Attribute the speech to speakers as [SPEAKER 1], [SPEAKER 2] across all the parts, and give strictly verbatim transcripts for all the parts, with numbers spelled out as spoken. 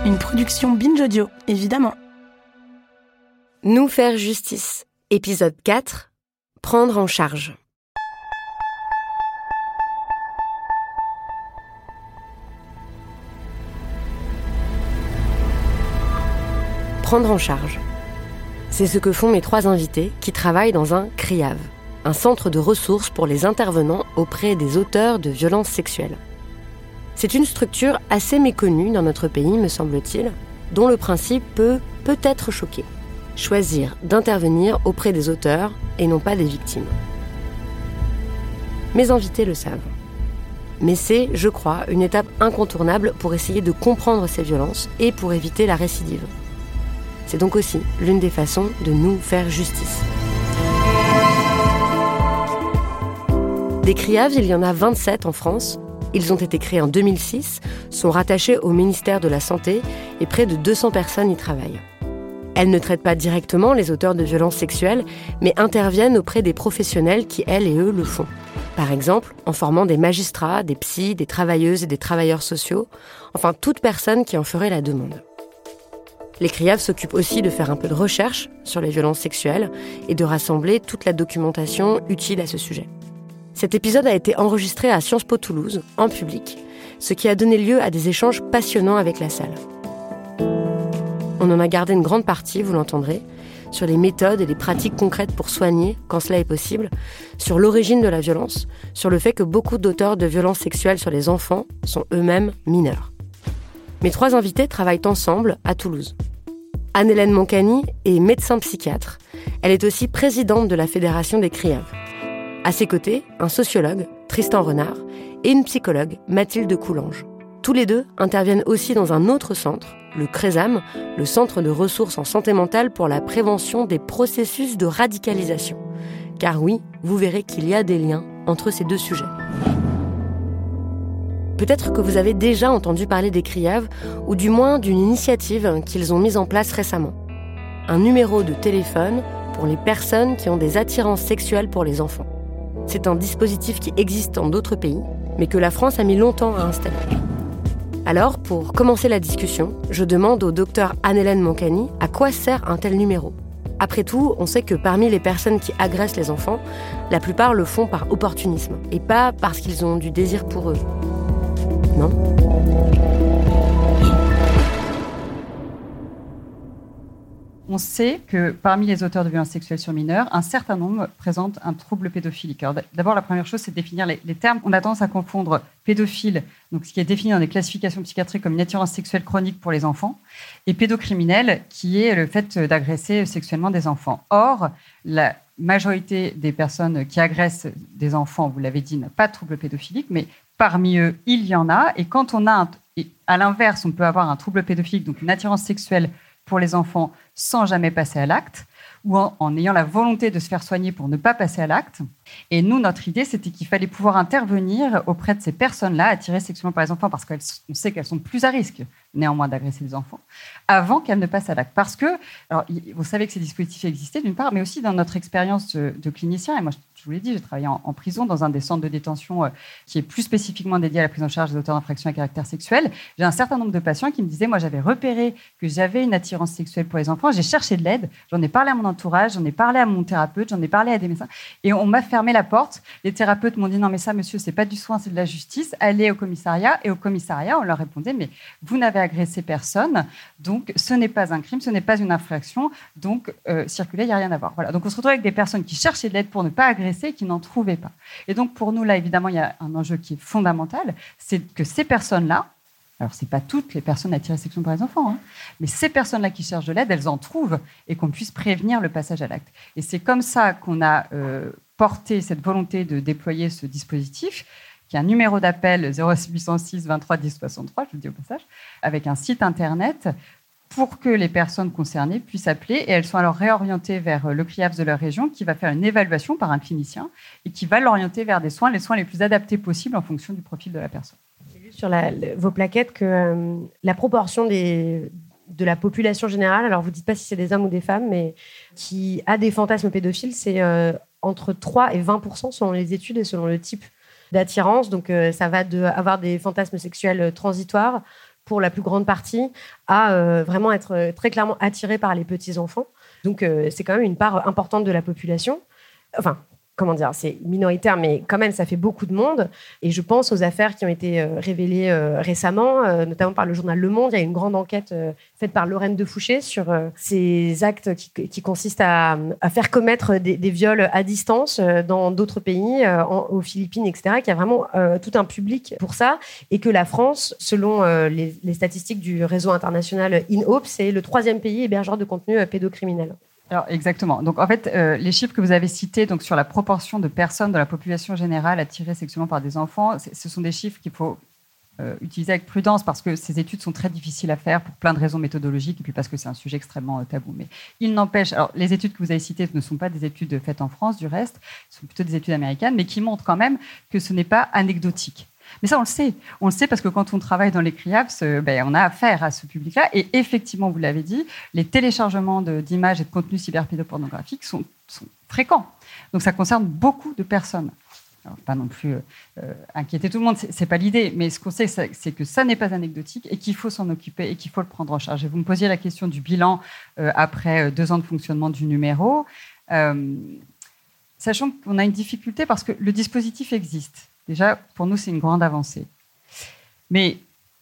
[SPEAKER 1] Une production Binge Audio, évidemment.
[SPEAKER 2] Nous faire justice. Épisode quatre. Prendre en charge. Prendre en charge. C'est ce que font mes trois invités qui travaillent dans un CRIAV, un centre de ressources pour les intervenants auprès des auteurs de violences sexuelles. C'est une structure assez méconnue dans notre pays, me semble-t-il, dont le principe peut peut-être choquer. Choisir d'intervenir auprès des auteurs et non pas des victimes. Mes invités le savent. Mais c'est, je crois, une étape incontournable pour essayer de comprendre ces violences et pour éviter la récidive. C'est donc aussi l'une des façons de nous faire justice. Des CRIAV, il y en a vingt-sept en France. Ils ont été créés en deux mille six, sont rattachés au ministère de la Santé et près de deux cents personnes y travaillent. Elles ne traitent pas directement les auteurs de violences sexuelles, mais interviennent auprès des professionnels qui, elles et eux, le font. Par exemple, en formant des magistrats, des psys, des travailleuses et des travailleurs sociaux, enfin toute personne qui en ferait la demande. Les CRIAV s'occupent aussi de faire un peu de recherche sur les violences sexuelles et de rassembler toute la documentation utile à ce sujet. Cet épisode a été enregistré à Sciences Po Toulouse, en public, ce qui a donné lieu à des échanges passionnants avec la salle. On en a gardé une grande partie, vous l'entendrez, sur les méthodes et les pratiques concrètes pour soigner, quand cela est possible, sur l'origine de la violence, sur le fait que beaucoup d'auteurs de violences sexuelles sur les enfants sont eux-mêmes mineurs. Mes trois invités travaillent ensemble à Toulouse. Anne-Hélène Moncani est médecin psychiatre. Elle est aussi présidente de la Fédération des CRIAV. À ses côtés, un sociologue, Tristan Renard, et une psychologue, Mathilde Coulange. Tous les deux interviennent aussi dans un autre centre, le CRESAM, le Centre de ressources en santé mentale pour la prévention des processus de radicalisation. Car oui, vous verrez qu'il y a des liens entre ces deux sujets. Peut-être que vous avez déjà entendu parler des CRIAV, ou du moins d'une initiative qu'ils ont mise en place récemment. Un numéro de téléphone pour les personnes qui ont des attirances sexuelles pour les enfants. C'est un dispositif qui existe dans d'autres pays, mais que la France a mis longtemps à installer. Alors, pour commencer la discussion, je demande au docteur Anne-Hélène Moncani à quoi sert un tel numéro. Après tout, on sait que parmi les personnes qui agressent les enfants, la plupart le font par opportunisme, et pas parce qu'ils ont du désir pour eux. Non ?
[SPEAKER 3] On sait que parmi les auteurs de violences sexuelles sur mineurs, un certain nombre présentent un trouble pédophilique. Alors, d'abord, la première chose, c'est de définir les, les termes. On a tendance à confondre pédophile, donc ce qui est défini dans les classifications psychiatriques comme une attirance sexuelle chronique pour les enfants, et pédocriminel, qui est le fait d'agresser sexuellement des enfants. Or, la majorité des personnes qui agressent des enfants, vous l'avez dit, n'a pas de trouble pédophilique, mais parmi eux, il y en a. Et quand on a, un, et à l'inverse, on peut avoir un trouble pédophilique, donc une attirance sexuelle pour les enfants sans jamais passer à l'acte, ou en, en ayant la volonté de se faire soigner pour ne pas passer à l'acte. Et nous, notre idée, c'était qu'il fallait pouvoir intervenir auprès de ces personnes-là, attirées sexuellement par les enfants, parce qu'on sait qu'elles sont plus à risque, néanmoins, d'agresser les enfants, avant qu'elles ne passent à l'acte. Parce que, alors, vous savez que ces dispositifs existaient, d'une part, mais aussi dans notre expérience de, de clinicien, et moi, je vous l'ai dit, j'ai travaillé en, en prison, dans un des centres de détention euh, qui est plus spécifiquement dédié à la prise en charge des auteurs d'infractions à caractère sexuel. J'ai un certain nombre de patients qui me disaient, moi, j'avais repéré que j'avais une attirance sexuelle pour les enfants, j'ai cherché de l'aide, j'en ai parlé à mon entourage, j'en ai parlé à mon thérapeute, j'en ai parlé à des médecins, et on m'a fermé la porte. Les thérapeutes m'ont dit, non, mais ça, monsieur, c'est pas du soin, c'est de la justice, allez au commissariat. Et au commissariat, on leur répondait, mais vous n'avez agressé personne, donc ce n'est pas un crime, ce n'est pas une infraction, donc euh, circuler, il n'y a rien à voir. Voilà. Donc on se retrouve avec des personnes qui cherchaient de l'aide pour ne pas agresser et qui n'en trouvaient pas. Et donc pour nous, là, évidemment, il y a un enjeu qui est fondamental, c'est que ces personnes-là, alors ce n'est pas toutes les personnes attirées sexuellement par les enfants, hein, mais ces personnes-là qui cherchent de l'aide, elles en trouvent et qu'on puisse prévenir le passage à l'acte. Et c'est comme ça qu'on a euh, porté cette volonté de déployer ce dispositif, qui est un numéro d'appel zéro huit cent six vingt-trois dix soixante-trois, je le dis au passage, avec un site internet pour que les personnes concernées puissent appeler, et elles sont alors réorientées vers le CRIAV de leur région qui va faire une évaluation par un clinicien et qui va l'orienter vers des soins, les soins les plus adaptés possibles en fonction du profil de la personne.
[SPEAKER 2] J'ai lu sur la, vos plaquettes que euh, la proportion des, de la population générale, alors vous ne dites pas si c'est des hommes ou des femmes, mais qui a des fantasmes pédophiles, c'est euh, entre trois et vingt pour cent selon les études et selon le type d'attirance. Donc euh, ça va de avoir des fantasmes sexuels transitoires pour la plus grande partie, à euh, vraiment être très clairement attirés par les petits-enfants. Donc, euh, c'est quand même une part importante de la population. Enfin, comment dire, c'est minoritaire, mais quand même, ça fait beaucoup de monde. Et je pense aux affaires qui ont été euh, révélées euh, récemment, euh, notamment par le journal Le Monde. Il y a une grande enquête euh, faite par Lorraine de Fouché sur euh, ces actes qui, qui consistent à, à faire commettre des, des viols à distance euh, dans d'autres pays, euh, en, aux Philippines, et cetera, qu'il y a vraiment euh, tout un public pour ça. Et que la France, selon euh, les, les statistiques du réseau international InHope, c'est le troisième pays hébergeur de contenu euh, pédocriminel.
[SPEAKER 3] Alors, exactement. Donc, en fait, euh, les chiffres que vous avez cités donc, sur la proportion de personnes de la population générale attirées sexuellement par des enfants, ce sont des chiffres qu'il faut euh, utiliser avec prudence parce que ces études sont très difficiles à faire pour plein de raisons méthodologiques et puis parce que c'est un sujet extrêmement euh, tabou. Mais il n'empêche, alors les études que vous avez citées ne sont pas des études faites en France, du reste, ce sont plutôt des études américaines, mais qui montrent quand même que ce n'est pas anecdotique. Mais ça, on le sait. On le sait parce que quand on travaille dans les CRIAPS, euh, ben, on a affaire à ce public-là. Et effectivement, vous l'avez dit, les téléchargements de, d'images et de contenus cyberpédopornographiques sont, sont fréquents. Donc, ça concerne beaucoup de personnes. Alors, pas non plus euh, inquiéter tout le monde, c'est, c'est pas l'idée. Mais ce qu'on sait, c'est, c'est que ça n'est pas anecdotique et qu'il faut s'en occuper et qu'il faut le prendre en charge. Et vous me posiez la question du bilan euh, après deux ans de fonctionnement du numéro. Euh, sachant qu'on a une difficulté parce que le dispositif existe. Déjà, pour nous, c'est une grande avancée. Mais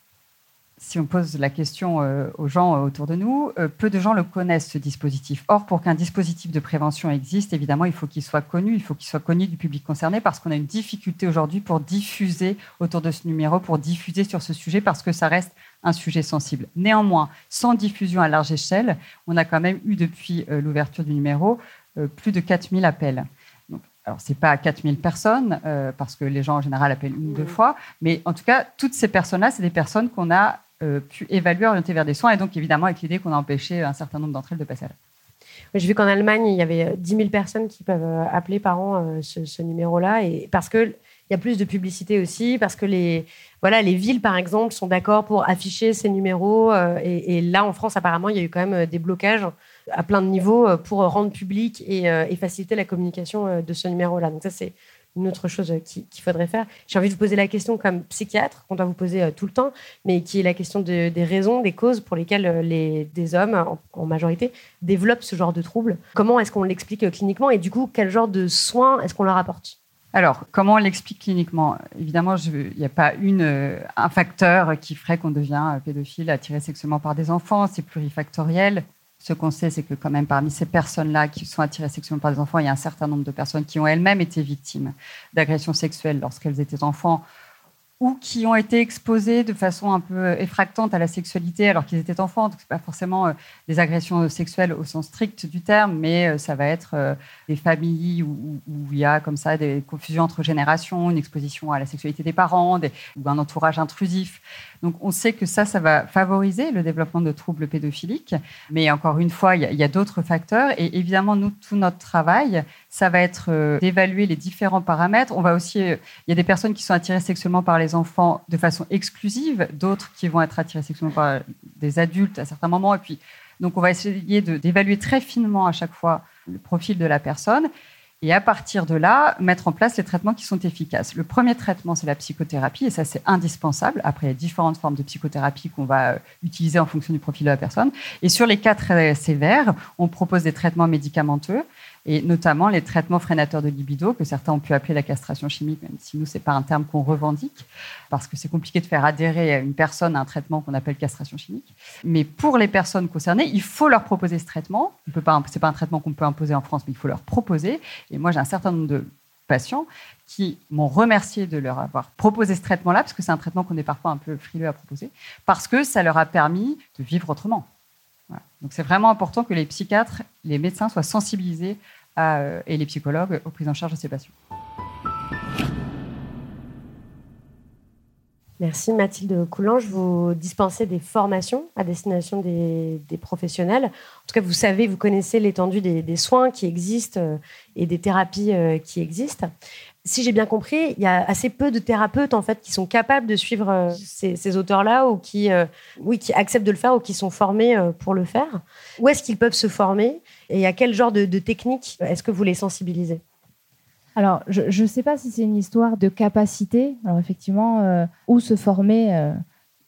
[SPEAKER 3] si on pose la question euh, aux gens euh, autour de nous, euh, peu de gens le connaissent, ce dispositif. Or, pour qu'un dispositif de prévention existe, évidemment, il faut qu'il soit connu, il faut qu'il soit connu du public concerné, parce qu'on a une difficulté aujourd'hui pour diffuser autour de ce numéro, pour diffuser sur ce sujet, parce que ça reste un sujet sensible. Néanmoins, sans diffusion à large échelle, on a quand même eu, depuis euh, l'ouverture du numéro, euh, plus de quatre mille appels. Alors, ce n'est pas quatre mille personnes, euh, parce que les gens, en général, appellent une ou deux fois. Mais en tout cas, toutes ces personnes-là, c'est des personnes qu'on a euh, pu évaluer, orienter vers des soins. Et donc, évidemment, avec l'idée qu'on a empêché un certain nombre d'entre elles de passer à l'acte.
[SPEAKER 2] J'ai vu qu'en Allemagne, il y avait dix mille personnes qui peuvent appeler par an euh, ce, ce numéro-là. Et parce qu'il y a plus de publicité aussi, parce que les, voilà, les villes, par exemple, sont d'accord pour afficher ces numéros. Euh, et, et là, en France, apparemment, il y a eu quand même des blocages à plein de niveaux pour rendre public et, euh, et faciliter la communication de ce numéro-là. Donc ça, c'est une autre chose qu'il, qu'il faudrait faire. J'ai envie de vous poser la question comme psychiatre, qu'on doit vous poser tout le temps, mais qui est la question de, des raisons, des causes pour lesquelles les, des hommes, en, en majorité, développent ce genre de troubles. Comment est-ce qu'on l'explique cliniquement et du coup, quel genre de soins est-ce qu'on leur apporte ?
[SPEAKER 3] Alors, comment on l'explique cliniquement ? Évidemment, il n'y a pas une, un facteur qui ferait qu'on devient pédophile, attiré sexuellement par des enfants. C'est plurifactoriel. Ce qu'on sait, c'est que quand même parmi ces personnes-là qui sont attirées sexuellement par des enfants, il y a un certain nombre de personnes qui ont elles-mêmes été victimes d'agressions sexuelles lorsqu'elles étaient enfants ou qui ont été exposées de façon un peu effractante à la sexualité alors qu'ils étaient enfants. Donc, ce n'est pas forcément euh, des agressions sexuelles au sens strict du terme, mais euh, ça va être euh, des familles où, où il y a comme ça des confusions entre générations, une exposition à la sexualité des parents, des, ou un entourage intrusif. Donc, on sait que ça, ça va favoriser le développement de troubles pédophiliques. Mais encore une fois, il y a, il y a d'autres facteurs. Et évidemment, nous, tout notre travail, ça va être euh, d'évaluer les différents paramètres. On va aussi, euh, il y a des personnes qui sont attirées sexuellement par les enfants de façon exclusive, d'autres qui vont être attirées sexuellement par des adultes à certains moments. Et puis, donc, on va essayer de, d'évaluer très finement à chaque fois le profil de la personne. Et à partir de là, mettre en place les traitements qui sont efficaces. Le premier traitement, c'est la psychothérapie, et ça, c'est indispensable. Après, il y a différentes formes de psychothérapie qu'on va utiliser en fonction du profil de la personne. Et sur les cas très sévères, on propose des traitements médicamenteux, et notamment les traitements freinateurs de libido, que certains ont pu appeler la castration chimique, même si nous, ce n'est pas un terme qu'on revendique, parce que c'est compliqué de faire adhérer une personne à un traitement qu'on appelle castration chimique. Mais pour les personnes concernées, il faut leur proposer ce traitement. Ce n'est pas un traitement qu'on peut imposer en France, mais il faut leur proposer. Et moi, j'ai un certain nombre de patients qui m'ont remercié de leur avoir proposé ce traitement-là, parce que c'est un traitement qu'on est parfois un peu frileux à proposer, parce que ça leur a permis de vivre autrement. Voilà. Donc, c'est vraiment important que les psychiatres, les médecins soient sensibilisés à, euh, et les psychologues aux prises en charge de ces patients.
[SPEAKER 2] Merci Mathilde Coulange. Vous dispensez des formations à destination des, des professionnels. En tout cas, vous savez, vous connaissez l'étendue des, des soins qui existent euh, et des thérapies euh, qui existent. Si j'ai bien compris, il y a assez peu de thérapeutes en fait qui sont capables de suivre euh, ces, ces auteurs-là ou qui, euh, oui, qui acceptent de le faire ou qui sont formés euh, pour le faire. Où est-ce qu'ils peuvent se former et à quel genre de, de technique est-ce que vous les sensibilisez ?
[SPEAKER 4] Alors, je ne sais pas si c'est une histoire de capacité. Alors, effectivement, euh, où se former, euh,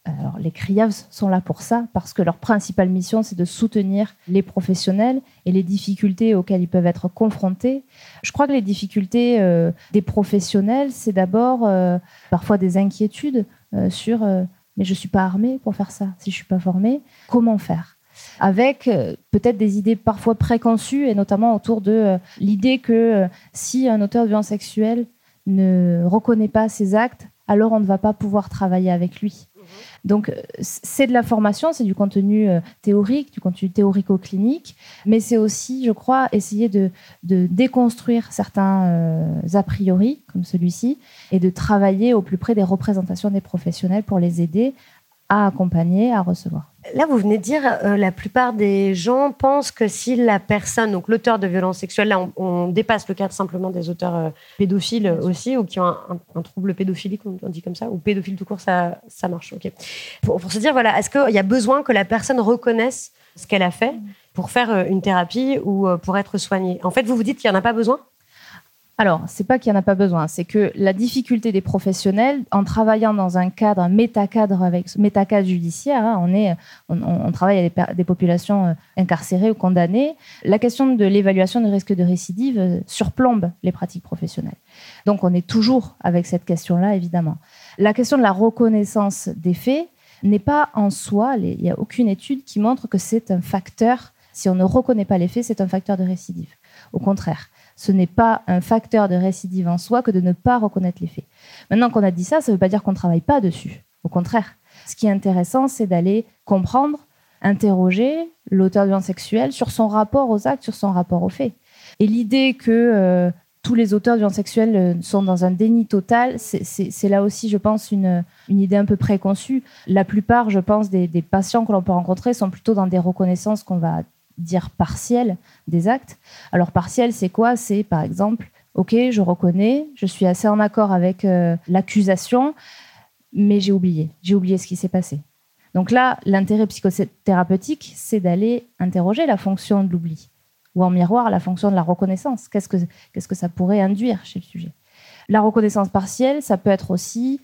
[SPEAKER 4] Alors, les CRIAVS sont là pour ça, parce que leur principale mission, c'est de soutenir les professionnels et les difficultés auxquelles ils peuvent être confrontés. Je crois que les difficultés euh, des professionnels, c'est d'abord euh, parfois des inquiétudes euh, sur euh, « mais je ne suis pas armée pour faire ça, si je ne suis pas formée, comment faire ?» Avec euh, peut-être des idées parfois préconçues, et notamment autour de euh, l'idée que euh, si un auteur de violence sexuelle ne reconnaît pas ses actes, alors on ne va pas pouvoir travailler avec lui. Donc, c'est de la formation, c'est du contenu théorique, du contenu théorico-clinique, mais c'est aussi, je crois, essayer de, de déconstruire certains euh, a priori, comme celui-ci, et de travailler au plus près des représentations des professionnels pour les aider à accompagner, à recevoir.
[SPEAKER 2] Là, vous venez de dire, euh, la plupart des gens pensent que si la personne, donc l'auteur de violences sexuelles, là, on, on dépasse le cadre simplement des auteurs euh, pédophiles aussi, ou qui ont un, un, un trouble pédophilique, on dit comme ça, ou pédophile tout court, ça, ça marche. Okay. Pour, pour se dire, voilà, est-ce qu'il y a besoin que la personne reconnaisse ce qu'elle a fait pour faire une thérapie ou pour être soignée? En fait, vous vous dites qu'il n'y en a pas besoin?
[SPEAKER 4] Alors, c'est pas qu'il n'y en a pas besoin, c'est que la difficulté des professionnels, en travaillant dans un cadre, un métacadre avec métacadre judiciaire, hein, on, est, on, on travaille avec des, des populations incarcérées ou condamnées, la question de l'évaluation du risque de récidive surplombe les pratiques professionnelles. Donc, on est toujours avec cette question-là, évidemment. La question de la reconnaissance des faits n'est pas en soi, il n'y a aucune étude qui montre que c'est un facteur, si on ne reconnaît pas les faits, c'est un facteur de récidive. Au contraire. Ce n'est pas un facteur de récidive en soi que de ne pas reconnaître les faits. Maintenant qu'on a dit ça, ça ne veut pas dire qu'on ne travaille pas dessus. Au contraire. Ce qui est intéressant, c'est d'aller comprendre, interroger l'auteur de violence sexuelle sur son rapport aux actes, sur son rapport aux faits. Et l'idée que euh, tous les auteurs de violences sexuelles sont dans un déni total, c'est, c'est, c'est là aussi, je pense, une, une idée un peu préconçue. La plupart, je pense, des, des patients que l'on peut rencontrer sont plutôt dans des reconnaissances qu'on va dire partielles des actes. Alors partiel, c'est quoi? C'est par exemple, ok, je reconnais, je suis assez en accord avec euh, l'accusation, mais j'ai oublié, j'ai oublié ce qui s'est passé. Donc là, l'intérêt psychothérapeutique, c'est d'aller interroger la fonction de l'oubli, ou en miroir, la fonction de la reconnaissance. Qu'est-ce que, qu'est-ce que ça pourrait induire chez le sujet? La reconnaissance partielle, ça peut être aussi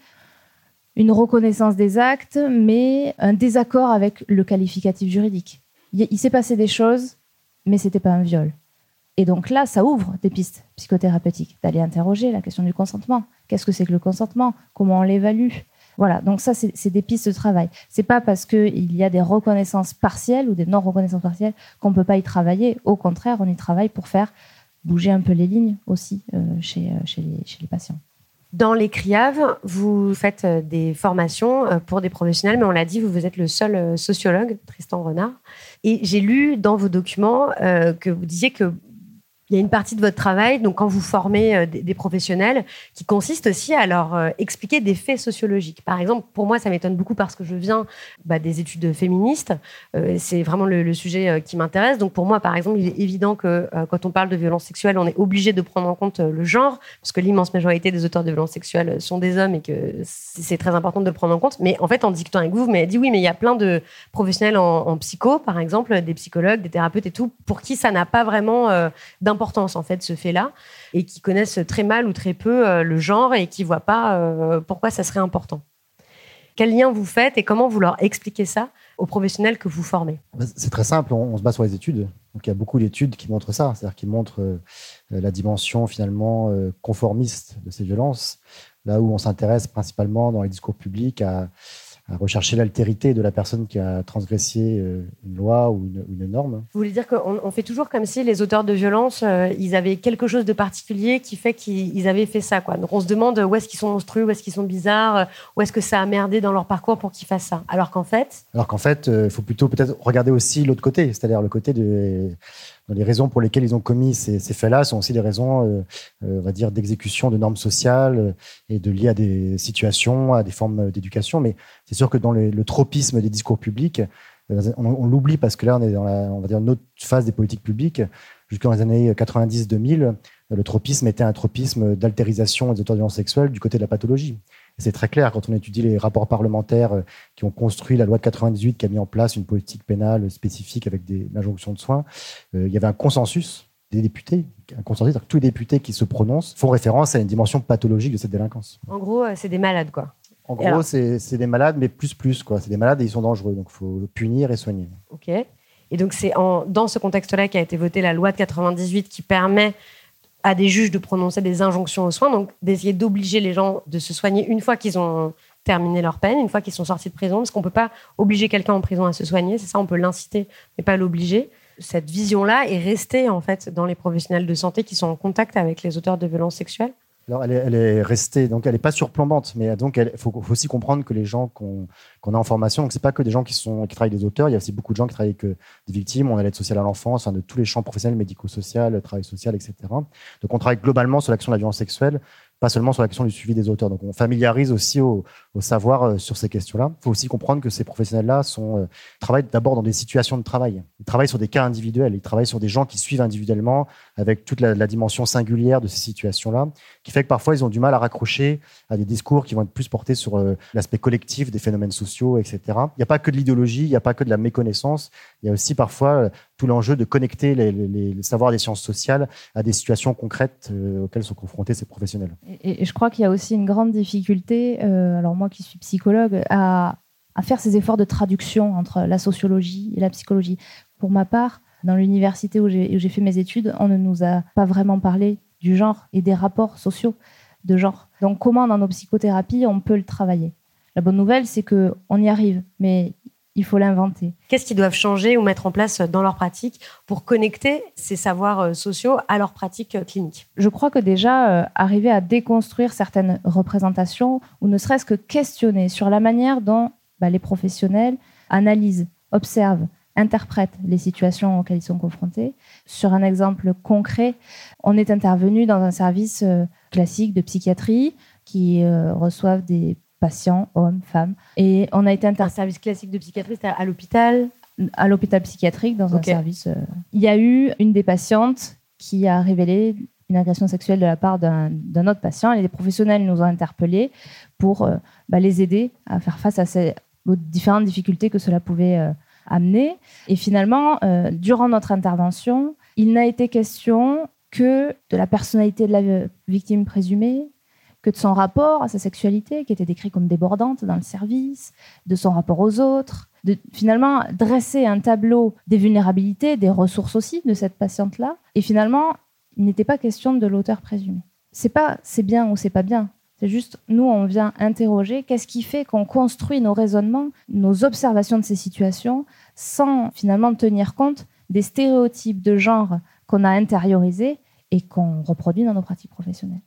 [SPEAKER 4] une reconnaissance des actes, mais un désaccord avec le qualificatif juridique. Il s'est passé des choses, mais ce n'était pas un viol. Et donc là, ça ouvre des pistes psychothérapeutiques, d'aller interroger la question du consentement. Qu'est-ce que c'est que le consentement? Comment on l'évalue? Voilà, donc ça, c'est, c'est des pistes de travail. Ce n'est pas parce qu'il y a des reconnaissances partielles ou des non-reconnaissances partielles qu'on ne peut pas y travailler. Au contraire, on y travaille pour faire bouger un peu les lignes aussi euh, chez, euh, chez, les, chez les patients.
[SPEAKER 2] Dans les CRIAV, vous faites des formations pour des professionnels, mais on l'a dit, vous, vous êtes le seul sociologue, Tristan Renard. Et j'ai lu dans vos documents euh, que vous disiez que il y a une partie de votre travail, donc quand vous formez euh, des, des professionnels, qui consiste aussi à leur euh, expliquer des faits sociologiques. Par exemple, pour moi, ça m'étonne beaucoup parce que je viens bah, des études féministes. Euh, c'est vraiment le, le sujet euh, qui m'intéresse. Donc pour moi, par exemple, il est évident que euh, quand on parle de violences sexuelles, on est obligé de prendre en compte euh, le genre, parce que l'immense majorité des auteurs de violences sexuelles sont des hommes et que c'est, c'est très important de le prendre en compte. Mais en fait, en discutant avec vous, vous m'avez dit oui, mais il y a plein de professionnels en, en psycho, par exemple, des psychologues, des thérapeutes et tout, pour qui ça n'a pas vraiment euh, d'importance en fait ce fait-là et qui connaissent très mal ou très peu euh, le genre et qui voient pas euh, pourquoi ça serait important. Quel lien vous faites et comment vous leur expliquez ça aux professionnels que vous formez?
[SPEAKER 5] C'est très simple, on, on se base sur les études. Donc il y a beaucoup d'études qui montrent ça, c'est-à-dire qui montrent euh, la dimension finalement euh, conformiste de ces violences, là où on s'intéresse principalement dans les discours publics à à rechercher l'altérité de la personne qui a transgressé une loi ou une, une norme.
[SPEAKER 2] Vous voulez dire qu'on on fait toujours comme si les auteurs de violence, euh, ils avaient quelque chose de particulier qui fait qu'ils avaient fait ça, quoi. Donc on se demande où est-ce qu'ils sont monstrueux, où est-ce qu'ils sont bizarres, où est-ce que ça a merdé dans leur parcours pour qu'ils fassent ça. Alors qu'en fait...
[SPEAKER 5] Alors qu'en fait, il euh, faut plutôt peut-être regarder aussi l'autre côté, c'est-à-dire le côté de... Les raisons pour lesquelles ils ont commis ces, ces faits-là sont aussi des raisons, euh, on va dire, d'exécution de normes sociales et de liées à des situations, à des formes d'éducation. Mais c'est sûr que dans le, le tropisme des discours publics, on, on l'oublie parce que là, on est dans la, on va dire, une autre phase des politiques publiques. Jusqu'en les années quatre-vingt-dix deux mille, le tropisme était un tropisme d'altérisation des auteurs de violences sexuelles du côté de la pathologie. Et c'est très clair quand on étudie les rapports parlementaires qui ont construit la loi de quatre-vingt-dix-huit qui a mis en place une politique pénale spécifique avec des injonctions de soins. Euh, il y avait un consensus des députés, un consensus, c'est-à-dire que tous les députés qui se prononcent font référence à une dimension pathologique de cette délinquance.
[SPEAKER 2] En gros, c'est des malades, quoi.
[SPEAKER 5] En gros,
[SPEAKER 2] alors,
[SPEAKER 5] c'est, c'est des malades, mais plus plus, quoi. C'est des malades et ils sont dangereux, donc il faut punir et soigner.
[SPEAKER 2] Ok. Et donc, c'est en, dans ce contexte-là qu'a été votée la loi de quatre-vingt-dix-huit qui permet à des juges de prononcer des injonctions aux soins, donc d'essayer d'obliger les gens de se soigner une fois qu'ils ont terminé leur peine, une fois qu'ils sont sortis de prison, parce qu'on ne peut pas obliger quelqu'un en prison à se soigner, c'est ça, on peut l'inciter, mais pas l'obliger. Cette vision-là est restée, en fait, dans les professionnels de santé qui sont en contact avec les auteurs de violences sexuelles.
[SPEAKER 5] Alors, elle est, elle est restée, donc elle n'est pas surplombante, mais donc il faut, faut aussi comprendre que les gens qu'on, qu'on a en formation, donc c'est pas que des gens qui, sont, qui travaillent des auteurs, il y a aussi beaucoup de gens qui travaillent avec euh, des victimes, on a l'aide sociale à l'enfance, enfin, de tous les champs professionnels, médico-social, travail social, et cetera. Donc on travaille globalement sur l'action de la violence sexuelle, pas seulement sur la question du suivi des auteurs. Donc on familiarise aussi au, au savoir euh, sur ces questions-là. Il faut aussi comprendre que ces professionnels-là sont, euh, travaillent d'abord dans des situations de travail. Ils travaillent sur des cas individuels, ils travaillent sur des gens qui suivent individuellement avec toute la, la dimension singulière de ces situations-là, qui fait que parfois ils ont du mal à raccrocher à des discours qui vont être plus portés sur euh, l'aspect collectif des phénomènes sociaux, et cetera. Il n'y a pas que de l'idéologie, il n'y a pas que de la méconnaissance, il y a aussi parfois euh, tout l'enjeu de connecter les, les, les savoirs des sciences sociales à des situations concrètes euh, auxquelles sont confrontés ces professionnels.
[SPEAKER 4] Et, et je crois qu'il y a aussi une grande difficulté, euh, alors moi qui suis psychologue, à, à faire ces efforts de traduction entre la sociologie et la psychologie. Pour ma part, dans l'université où j'ai, où j'ai fait mes études, on ne nous a pas vraiment parlé du genre et des rapports sociaux de genre. Donc comment dans nos psychothérapies on peut le travailler? La bonne nouvelle, c'est qu'on y arrive, mais il faut l'inventer.
[SPEAKER 2] Qu'est-ce qu'ils doivent changer ou mettre en place dans leur pratique pour connecter ces savoirs sociaux à leur pratique clinique?
[SPEAKER 4] Je crois que déjà, euh, arriver à déconstruire certaines représentations ou ne serait-ce que questionner sur la manière dont bah, les professionnels analysent, observent, interprètent les situations auxquelles ils sont confrontés. Sur un exemple concret, on est intervenu dans un service euh, classique de psychiatrie qui euh, reçoivent des patients, hommes, femmes. Et on a été inter...
[SPEAKER 2] Un service classique de psychiatrie, c'est à l'hôpital?
[SPEAKER 4] À l'hôpital psychiatrique, dans
[SPEAKER 2] okay.
[SPEAKER 4] un service... Euh... Il y a eu une des patientes qui a révélé une agression sexuelle de la part d'un, d'un autre patient. Et les professionnels nous ont interpellés pour euh, bah, les aider à faire face à ces, aux différentes difficultés que cela pouvait euh, amener. Et finalement, euh, durant notre intervention, il n'a été question que de la personnalité de la victime présumée, que de son rapport à sa sexualité, qui était décrit comme débordante dans le service, de son rapport aux autres, de finalement dresser un tableau des vulnérabilités, des ressources aussi de cette patiente-là. Et finalement, il n'était pas question de l'auteur présumé. C'est pas c'est bien ou c'est pas bien. C'est juste, nous, on vient interroger qu'est-ce qui fait qu'on construit nos raisonnements, nos observations de ces situations, sans finalement tenir compte des stéréotypes de genre qu'on a intériorisés et qu'on reproduit dans nos pratiques professionnelles.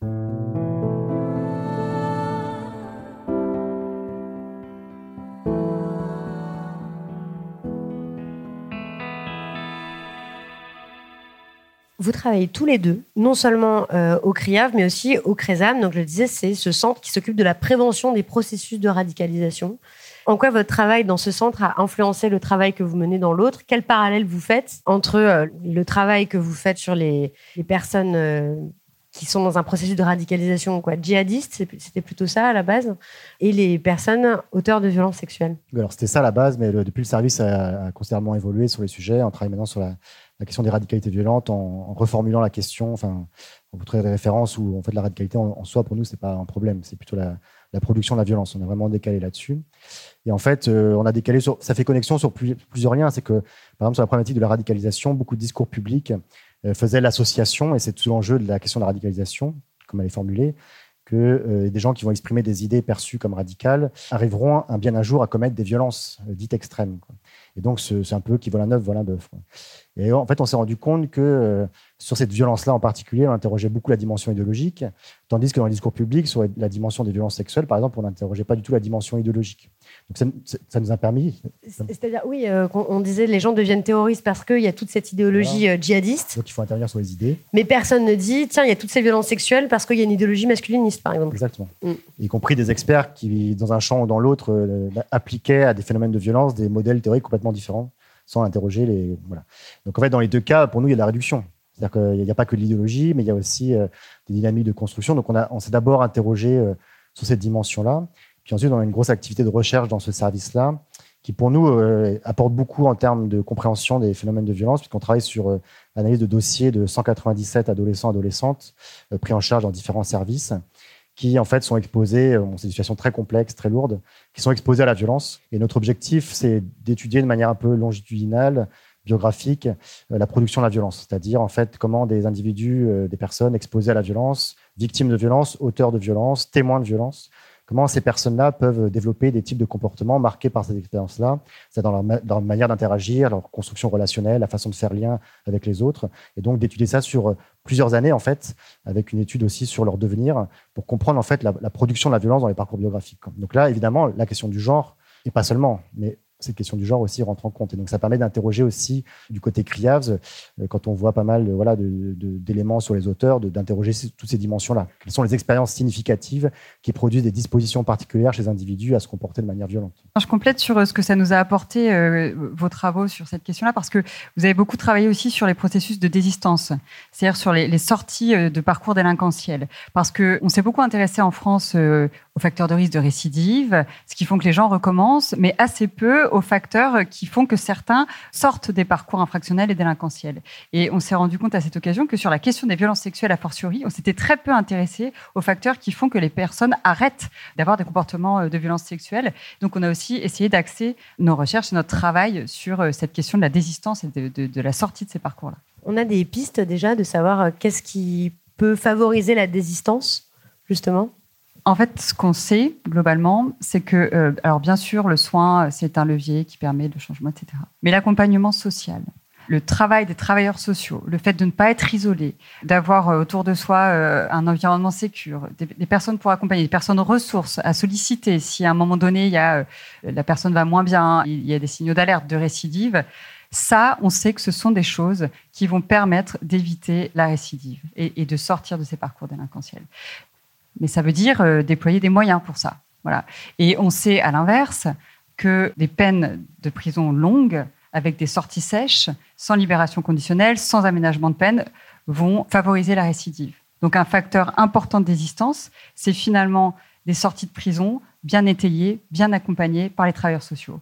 [SPEAKER 2] Vous travaillez tous les deux, non seulement euh, au CRIAV, mais aussi au CRESAM. Donc, je le disais, c'est ce centre qui s'occupe de la prévention des processus de radicalisation. En quoi votre travail dans ce centre a influencé le travail que vous menez dans l'autre? Quel parallèle vous faites entre euh, le travail que vous faites sur les, les personnes euh, qui sont dans un processus de radicalisation quoi, djihadiste, c'était plutôt ça à la base, et les personnes auteurs de violences sexuelles? Alors,
[SPEAKER 5] c'était ça à la base, mais le, depuis le service a, a considérablement évolué sur les sujets. On travaille maintenant sur la la question des radicalités violentes en, en reformulant la question. Enfin, on vous trouve des références où en fait, la radicalité en, en soi, pour nous, ce n'est pas un problème. C'est plutôt la, la production de la violence. On est vraiment décalé là-dessus. Et en fait, euh, on a décalé sur, ça fait connexion sur plus, plusieurs liens. C'est que, par exemple, sur la problématique de la radicalisation, beaucoup de discours publics euh, faisaient l'association, et c'est tout l'enjeu de la question de la radicalisation, comme elle est formulée, que euh, des gens qui vont exprimer des idées perçues comme radicales arriveront un bien un jour à commettre des violences euh, dites extrêmes, quoi. Et donc, c'est, c'est un peu qui vole un œuf, vole un bœuf, quoi. Et en fait, on s'est rendu compte que euh, sur cette violence-là en particulier, on interrogeait beaucoup la dimension idéologique, tandis que dans le discours public, sur la dimension des violences sexuelles, par exemple, on n'interrogeait pas du tout la dimension idéologique. Donc ça, ça nous a permis...
[SPEAKER 2] C'est-à-dire, oui, euh, on disait les gens deviennent terroristes parce qu'il y a toute cette idéologie voilà. euh, djihadiste.
[SPEAKER 5] Donc il faut intervenir sur les idées.
[SPEAKER 2] Mais personne ne dit, tiens, il y a toutes ces violences sexuelles parce qu'il y a une idéologie masculiniste, par exemple.
[SPEAKER 5] Exactement. Mm. Y compris des experts qui, dans un champ ou dans l'autre, euh, appliquaient à des phénomènes de violence des modèles théoriques complètement différents, sans interroger les... Voilà. Donc en fait, dans les deux cas, pour nous, il y a de la réduction. C'est-à-dire qu'il n'y a pas que de l'idéologie, mais il y a aussi euh, des dynamiques de construction. Donc on, a, on s'est d'abord interrogé euh, sur cette dimension-là. Puis ensuite, on a une grosse activité de recherche dans ce service-là, qui pour nous euh, apporte beaucoup en termes de compréhension des phénomènes de violence, puisqu'on travaille sur euh, l'analyse de dossiers de cent quatre-vingt-dix-sept adolescents et adolescentes euh, pris en charge dans différents services, qui en fait sont exposés, bon, c'est des situations très complexes, très lourdes, qui sont exposés à la violence. Et notre objectif, c'est d'étudier de manière un peu longitudinale, biographique, euh, la production de la violence, c'est-à-dire en fait comment des individus, euh, des personnes exposées à la violence, victimes de violence, auteurs de violence, témoins de violence, comment ces personnes-là peuvent développer des types de comportements marqués par ces expériences-là, c'est dans leur, ma- dans leur manière d'interagir, leur construction relationnelle, la façon de faire lien avec les autres, et donc d'étudier ça sur plusieurs années en fait, avec une étude aussi sur leur devenir, pour comprendre en fait la, la production de la violence dans les parcours biographiques. Donc là, évidemment, la question du genre, et pas seulement, mais cette question du genre aussi rentre en compte. Et donc, ça permet d'interroger aussi du côté CRIAVS, euh, quand on voit pas mal de, voilà, de, de, d'éléments sur les auteurs, de, d'interroger ces, toutes ces dimensions-là. Quelles sont les expériences significatives qui produisent des dispositions particulières chez les individus à se comporter de manière violente?
[SPEAKER 3] Je complète sur ce que ça nous a apporté, euh, vos travaux sur cette question-là, parce que vous avez beaucoup travaillé aussi sur les processus de désistance, c'est-à-dire sur les, les sorties de parcours délinquentiels. Parce qu'on s'est beaucoup intéressé en France euh, aux facteurs de risque de récidive, ce qui font que les gens recommencent, mais assez peu aux facteurs qui font que certains sortent des parcours infractionnels et délinquentiels. Et on s'est rendu compte à cette occasion que sur la question des violences sexuelles a fortiori, on s'était très peu intéressé aux facteurs qui font que les personnes arrêtent d'avoir des comportements de violence sexuelle. Donc on a aussi essayé d'axer nos recherches et notre travail sur cette question de la désistance et de, de, de la sortie de ces parcours-là.
[SPEAKER 2] On a des pistes déjà de savoir qu'est-ce qui peut favoriser la désistance, justement ?
[SPEAKER 3] En fait, ce qu'on sait globalement, c'est que, euh, alors bien sûr, le soin, c'est un levier qui permet le changement, et cetera. Mais l'accompagnement social, le travail des travailleurs sociaux, le fait de ne pas être isolé, d'avoir euh, autour de soi euh, un environnement sécure, des, des personnes pour accompagner, des personnes ressources à solliciter. Si à un moment donné, il y a, euh, la personne va moins bien, il y a des signaux d'alerte, de récidive, ça, on sait que ce sont des choses qui vont permettre d'éviter la récidive et, et de sortir de ces parcours délinquentiels. Mais ça veut dire euh, déployer des moyens pour ça. Voilà. Et on sait, à l'inverse, que des peines de prison longues, avec des sorties sèches, sans libération conditionnelle, sans aménagement de peine, vont favoriser la récidive. Donc un facteur important de désistance, c'est finalement des sorties de prison bien étayées, bien accompagnées par les travailleurs sociaux.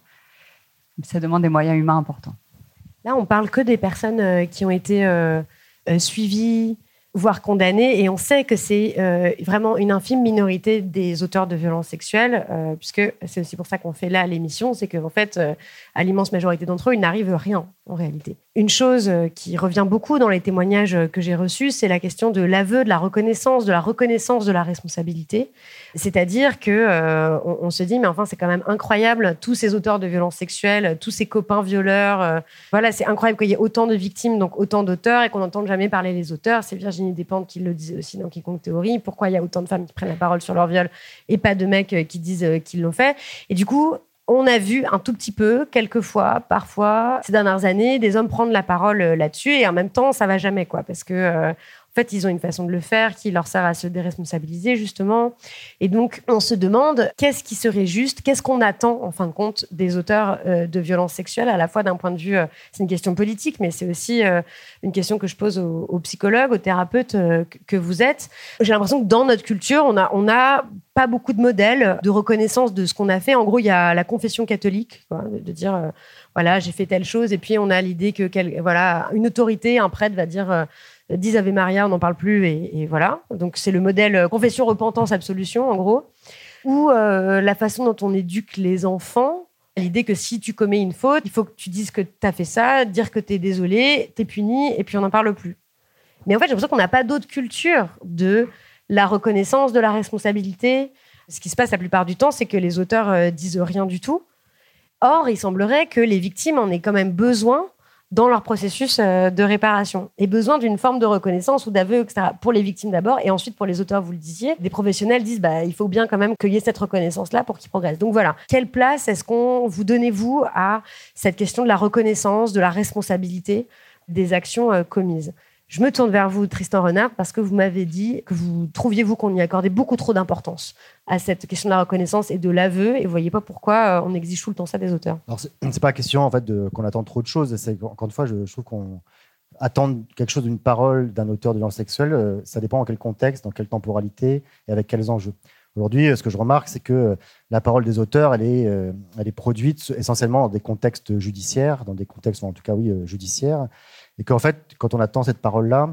[SPEAKER 3] Ça demande des moyens humains importants.
[SPEAKER 2] Là, on parle que des personnes qui ont été euh, euh, suivies, voire condamnés, et on sait que c'est euh, vraiment une infime minorité des auteurs de violences sexuelles, euh, puisque c'est aussi pour ça qu'on fait là l'émission, c'est qu'en fait, euh, à l'immense majorité d'entre eux, il n'arrive rien, en réalité. Une chose qui revient beaucoup dans les témoignages que j'ai reçus, c'est la question de l'aveu, de la reconnaissance, de la reconnaissance de la responsabilité. C'est-à-dire que euh, on, on se dit, mais enfin, c'est quand même incroyable, tous ces auteurs de violences sexuelles, tous ces copains violeurs, euh, voilà, c'est incroyable qu'il y ait autant de victimes, donc autant d'auteurs, et qu'on n'entende jamais parler les auteurs. C'est Virginie Despentes qui le disait aussi dans Quiconque Théorie. Pourquoi il y a autant de femmes qui prennent la parole sur leur viol et pas de mecs qui disent qu'ils l'ont fait? Et du coup, on a vu un tout petit peu, quelquefois, parfois, ces dernières années, des hommes prendre la parole là-dessus, et en même temps, ça va jamais, quoi, parce que euh, en fait, ils ont une façon de le faire qui leur sert à se déresponsabiliser, justement. Et donc, on se demande qu'est-ce qui serait juste, qu'est-ce qu'on attend, en fin de compte, des auteurs euh, de violences sexuelles, à la fois d'un point de vue, euh, c'est une question politique, mais c'est aussi euh, une question que je pose aux, aux psychologues, aux thérapeutes euh, que vous êtes. J'ai l'impression que dans notre culture, on a, on a pas beaucoup de modèles de reconnaissance de ce qu'on a fait. En gros, il y a la confession catholique, quoi, de, de dire, euh, voilà, j'ai fait telle chose, et puis on a l'idée que, quel, voilà, une autorité, un prêtre va dire... Euh, dix Ave Maria, on n'en parle plus, et, et voilà. Donc, c'est le modèle confession, repentance, absolution, en gros. Ou euh, la façon dont on éduque les enfants, l'idée que si tu commets une faute, il faut que tu dises que tu as fait ça, dire que tu es désolé, tu es puni, et puis on n'en parle plus. Mais en fait, j'ai l'impression qu'on n'a pas d'autre culture de la reconnaissance de la responsabilité. Ce qui se passe la plupart du temps, c'est que les auteurs euh, disent rien du tout. Or, il semblerait que les victimes en aient quand même besoin dans leur processus de réparation, et besoin d'une forme de reconnaissance ou d'aveu, et cetera. Pour les victimes d'abord, et ensuite pour les auteurs, vous le disiez, des professionnels disent bah, il faut bien quand même qu'il y ait cette reconnaissance-là pour qu'ils progressent. Donc voilà, quelle place est-ce qu'on vous donnez-vous à cette question de la reconnaissance, de la responsabilité des actions euh, commises? Je me tourne vers vous, Tristan Renard, parce que vous m'avez dit que vous trouviez, vous, qu'on y accordait beaucoup trop d'importance à cette question de la reconnaissance et de l'aveu, et vous ne voyez pas pourquoi on exige tout le temps ça des auteurs.
[SPEAKER 5] Alors, c'est, c'est pas question en fait, de, qu'on attend trop de choses. C'est, encore une fois, je, je trouve qu'on attend quelque chose d'une parole d'un auteur de violence sexuelle. Euh, ça dépend dans quel contexte, dans quelle temporalité et avec quels enjeux. Aujourd'hui, ce que je remarque, c'est que la parole des auteurs, elle est, euh, elle est produite essentiellement dans des contextes judiciaires, dans des contextes, en tout cas, oui, euh, judiciaires. Et qu'en fait, quand on attend cette parole-là,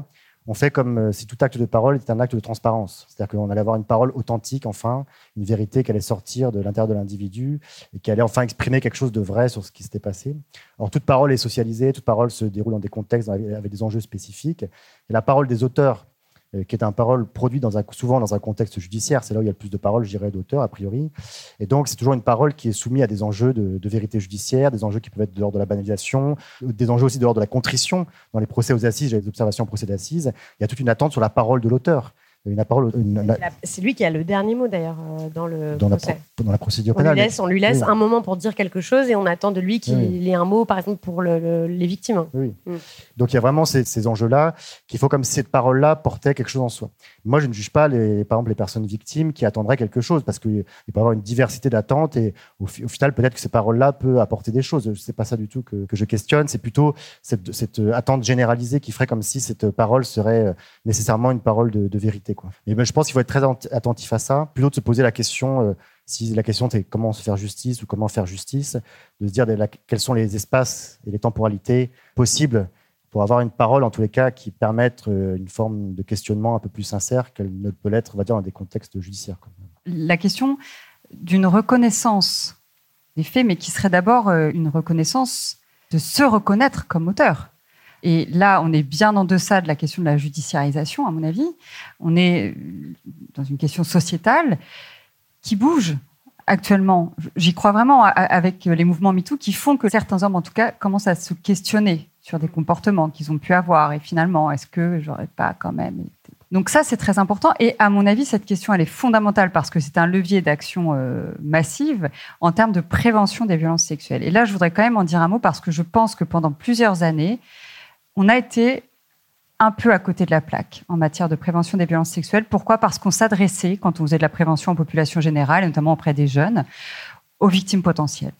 [SPEAKER 5] on fait comme si tout acte de parole était un acte de transparence. C'est-à-dire qu'on allait avoir une parole authentique, enfin, une vérité qui allait sortir de l'intérieur de l'individu et qui allait enfin exprimer quelque chose de vrai sur ce qui s'était passé. Alors, toute parole est socialisée, toute parole se déroule dans des contextes avec des enjeux spécifiques. Et la parole des auteurs, qui est une parole produite dans un, souvent dans un contexte judiciaire. C'est là où il y a le plus de paroles, je dirais, d'auteurs, a priori. Et donc, c'est toujours une parole qui est soumise à des enjeux de, de vérité judiciaire, des enjeux qui peuvent être de l'ordre de la banalisation, des enjeux aussi de l'ordre de la contrition. Dans les procès aux assises, j'ai les observations en procès d'assises, il y a toute une attente sur la parole de l'auteur. Une parole, une, la...
[SPEAKER 2] C'est lui qui a le dernier mot, d'ailleurs, dans le
[SPEAKER 5] dans
[SPEAKER 2] procès.
[SPEAKER 5] La, dans la procédure
[SPEAKER 2] on
[SPEAKER 5] pénale.
[SPEAKER 2] Lui laisse, on lui laisse
[SPEAKER 5] oui.
[SPEAKER 2] un moment pour dire quelque chose et on attend de lui qu'il oui. ait un mot, par exemple, pour le, le, les victimes.
[SPEAKER 5] Oui.
[SPEAKER 2] Mm.
[SPEAKER 5] Donc, il y a vraiment ces, ces enjeux-là qu'il faut, comme si cette parole-là portait quelque chose en soi. Moi, je ne juge pas, les, par exemple, les personnes victimes qui attendraient quelque chose, parce qu'il peut y avoir une diversité d'attentes et au, au final, peut-être que ces paroles-là peuvent apporter des choses. Ce n'est pas ça du tout que, que je questionne. C'est plutôt cette, cette attente généralisée qui ferait comme si cette parole serait nécessairement une parole de, de vérité, quoi. Et ben, je pense qu'il faut être très attentif à ça, plutôt de se poser la question, euh, si la question est comment se faire justice ou comment faire justice, de se dire de la, quels sont les espaces et les temporalités possibles pour avoir une parole, en tous les cas, qui permettent euh, une forme de questionnement un peu plus sincère qu'elle ne peut l'être, on va dire, dans des contextes judiciaires. Quoi.
[SPEAKER 3] La question d'une reconnaissance des faits, mais qui serait d'abord euh, une reconnaissance de se reconnaître comme auteur. Et là, on est bien en deçà de la question de la judiciarisation, à mon avis. On est dans une question sociétale qui bouge actuellement. J'y crois vraiment avec les mouvements MeToo qui font que certains hommes, en tout cas, commencent à se questionner sur des comportements qu'ils ont pu avoir. Et finalement, est-ce que j'aurais pas quand même été... Donc ça, c'est très important. Et à mon avis, cette question, elle est fondamentale parce que c'est un levier d'action euh, massive en termes de prévention des violences sexuelles. Et là, je voudrais quand même en dire un mot parce que je pense que pendant plusieurs années, on a été un peu à côté de la plaque en matière de prévention des violences sexuelles. Pourquoi ? Parce qu'on s'adressait, quand on faisait de la prévention en population générale, et notamment auprès des jeunes, aux victimes potentielles.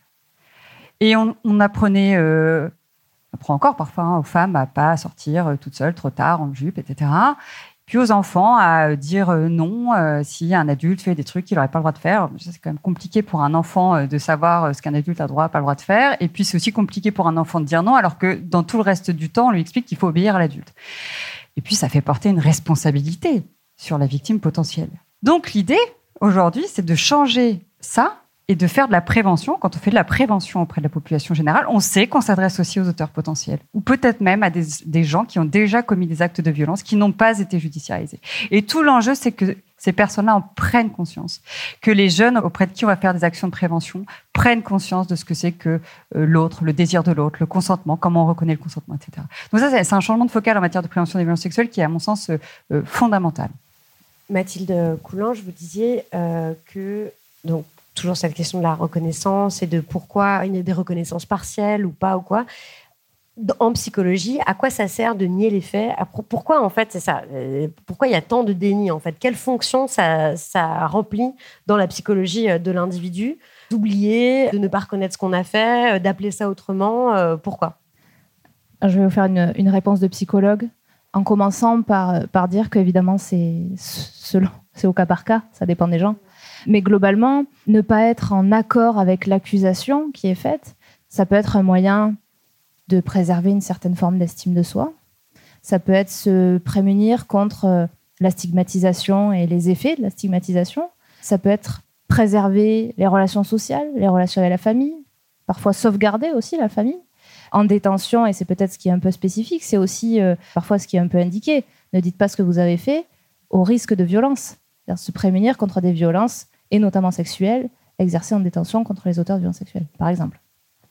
[SPEAKER 3] Et on, on apprenait, euh, on apprend encore parfois hein, aux femmes à ne pas sortir euh, toutes seules, trop tard, en jupe, et cetera. Puis aux enfants à dire euh, non euh, si un adulte fait des trucs qu'il n'aurait pas le droit de faire. C'est quand même compliqué pour un enfant euh, de savoir euh, ce qu'un adulte a le droit, pas le droit de faire. Et puis c'est aussi compliqué pour un enfant de dire non, alors que dans tout le reste du temps, on lui explique qu'il faut obéir à l'adulte. Et puis ça fait porter une responsabilité sur la victime potentielle. Donc l'idée, aujourd'hui, c'est de changer ça et de faire de la prévention. Quand on fait de la prévention auprès de la population générale, on sait qu'on s'adresse aussi aux auteurs potentiels, ou peut-être même à des, des gens qui ont déjà commis des actes de violence, qui n'ont pas été judiciarisés. Et tout l'enjeu, c'est que ces personnes-là en prennent conscience, que les jeunes auprès de qui on va faire des actions de prévention prennent conscience de ce que c'est que euh, l'autre, le désir de l'autre, le consentement, comment on reconnaît le consentement, et cetera. Donc ça, c'est un changement de focal en matière de prévention des violences sexuelles qui est, à mon sens, euh, fondamental.
[SPEAKER 2] Mathilde Coulange, vous disiez euh, que... donc, toujours cette question de la reconnaissance et de pourquoi il y a des reconnaissances partielles ou pas ou quoi. En psychologie, à quoi ça sert de nier les faits ? Pourquoi, en fait, c'est ça ? Pourquoi il y a tant de déni, en fait ? Quelle fonction ça, ça remplit dans la psychologie de l'individu ? D'oublier, de ne pas reconnaître ce qu'on a fait, d'appeler ça autrement. Pourquoi ?
[SPEAKER 4] Je vais vous faire une, une réponse de psychologue, en commençant par, par dire qu'évidemment, c'est, selon, c'est au cas par cas, ça dépend des gens. Mais globalement, ne pas être en accord avec l'accusation qui est faite, ça peut être un moyen de préserver une certaine forme d'estime de soi. Ça peut être se prémunir contre la stigmatisation et les effets de la stigmatisation. Ça peut être préserver les relations sociales, les relations avec la famille, parfois sauvegarder aussi la famille. En détention, et c'est peut-être ce qui est un peu spécifique, c'est aussi euh, parfois ce qui est un peu indiqué. Ne dites pas ce que vous avez fait au risque de violence. C'est-à-dire se prémunir contre des violences, et notamment sexuelles, exercées en détention contre les auteurs de violences sexuelles, par exemple.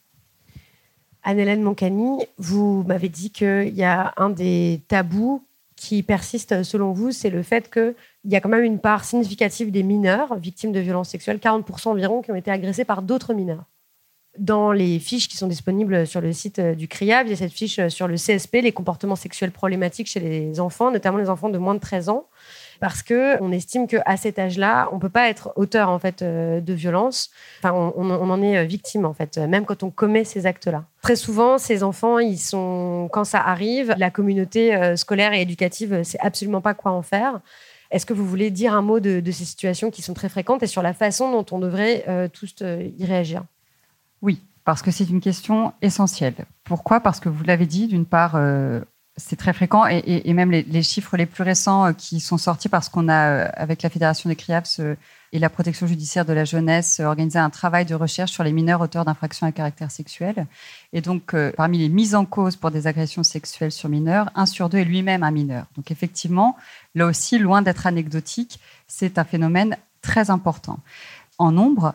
[SPEAKER 2] Anne-Hélène Moncani, vous m'avez dit qu'il y a un des tabous qui persiste selon vous, c'est le fait qu'il y a quand même une part significative des mineurs victimes de violences sexuelles, quarante pour cent environ, qui ont été agressés par d'autres mineurs. Dans les fiches qui sont disponibles sur le site du C R I A V, il y a cette fiche sur le C S P, les comportements sexuels problématiques chez les enfants, notamment les enfants de moins de treize ans, parce qu'on estime qu'à cet âge-là, on ne peut pas être auteur en fait, de violence. Enfin, on, on en est victime, en fait, même quand on commet ces actes-là. Très souvent, ces enfants, ils sont, quand ça arrive, la communauté scolaire et éducative ne sait absolument pas quoi en faire. Est-ce que vous voulez dire un mot de, de ces situations qui sont très fréquentes et sur la façon dont on devrait euh, tous euh, y réagir ?
[SPEAKER 3] Oui, parce que c'est une question essentielle. Pourquoi ? Parce que vous l'avez dit, d'une part, euh, C'est très fréquent et, et, et même les, les chiffres les plus récents qui sont sortis parce qu'on a, avec la Fédération des CRIAFS et la protection judiciaire de la jeunesse, organisé un travail de recherche sur les mineurs auteurs d'infractions à caractère sexuel. Et donc, euh, parmi les mises en cause pour des agressions sexuelles sur mineurs, un sur deux est lui-même un mineur. Donc effectivement, là aussi, loin d'être anecdotique, c'est un phénomène très important en nombre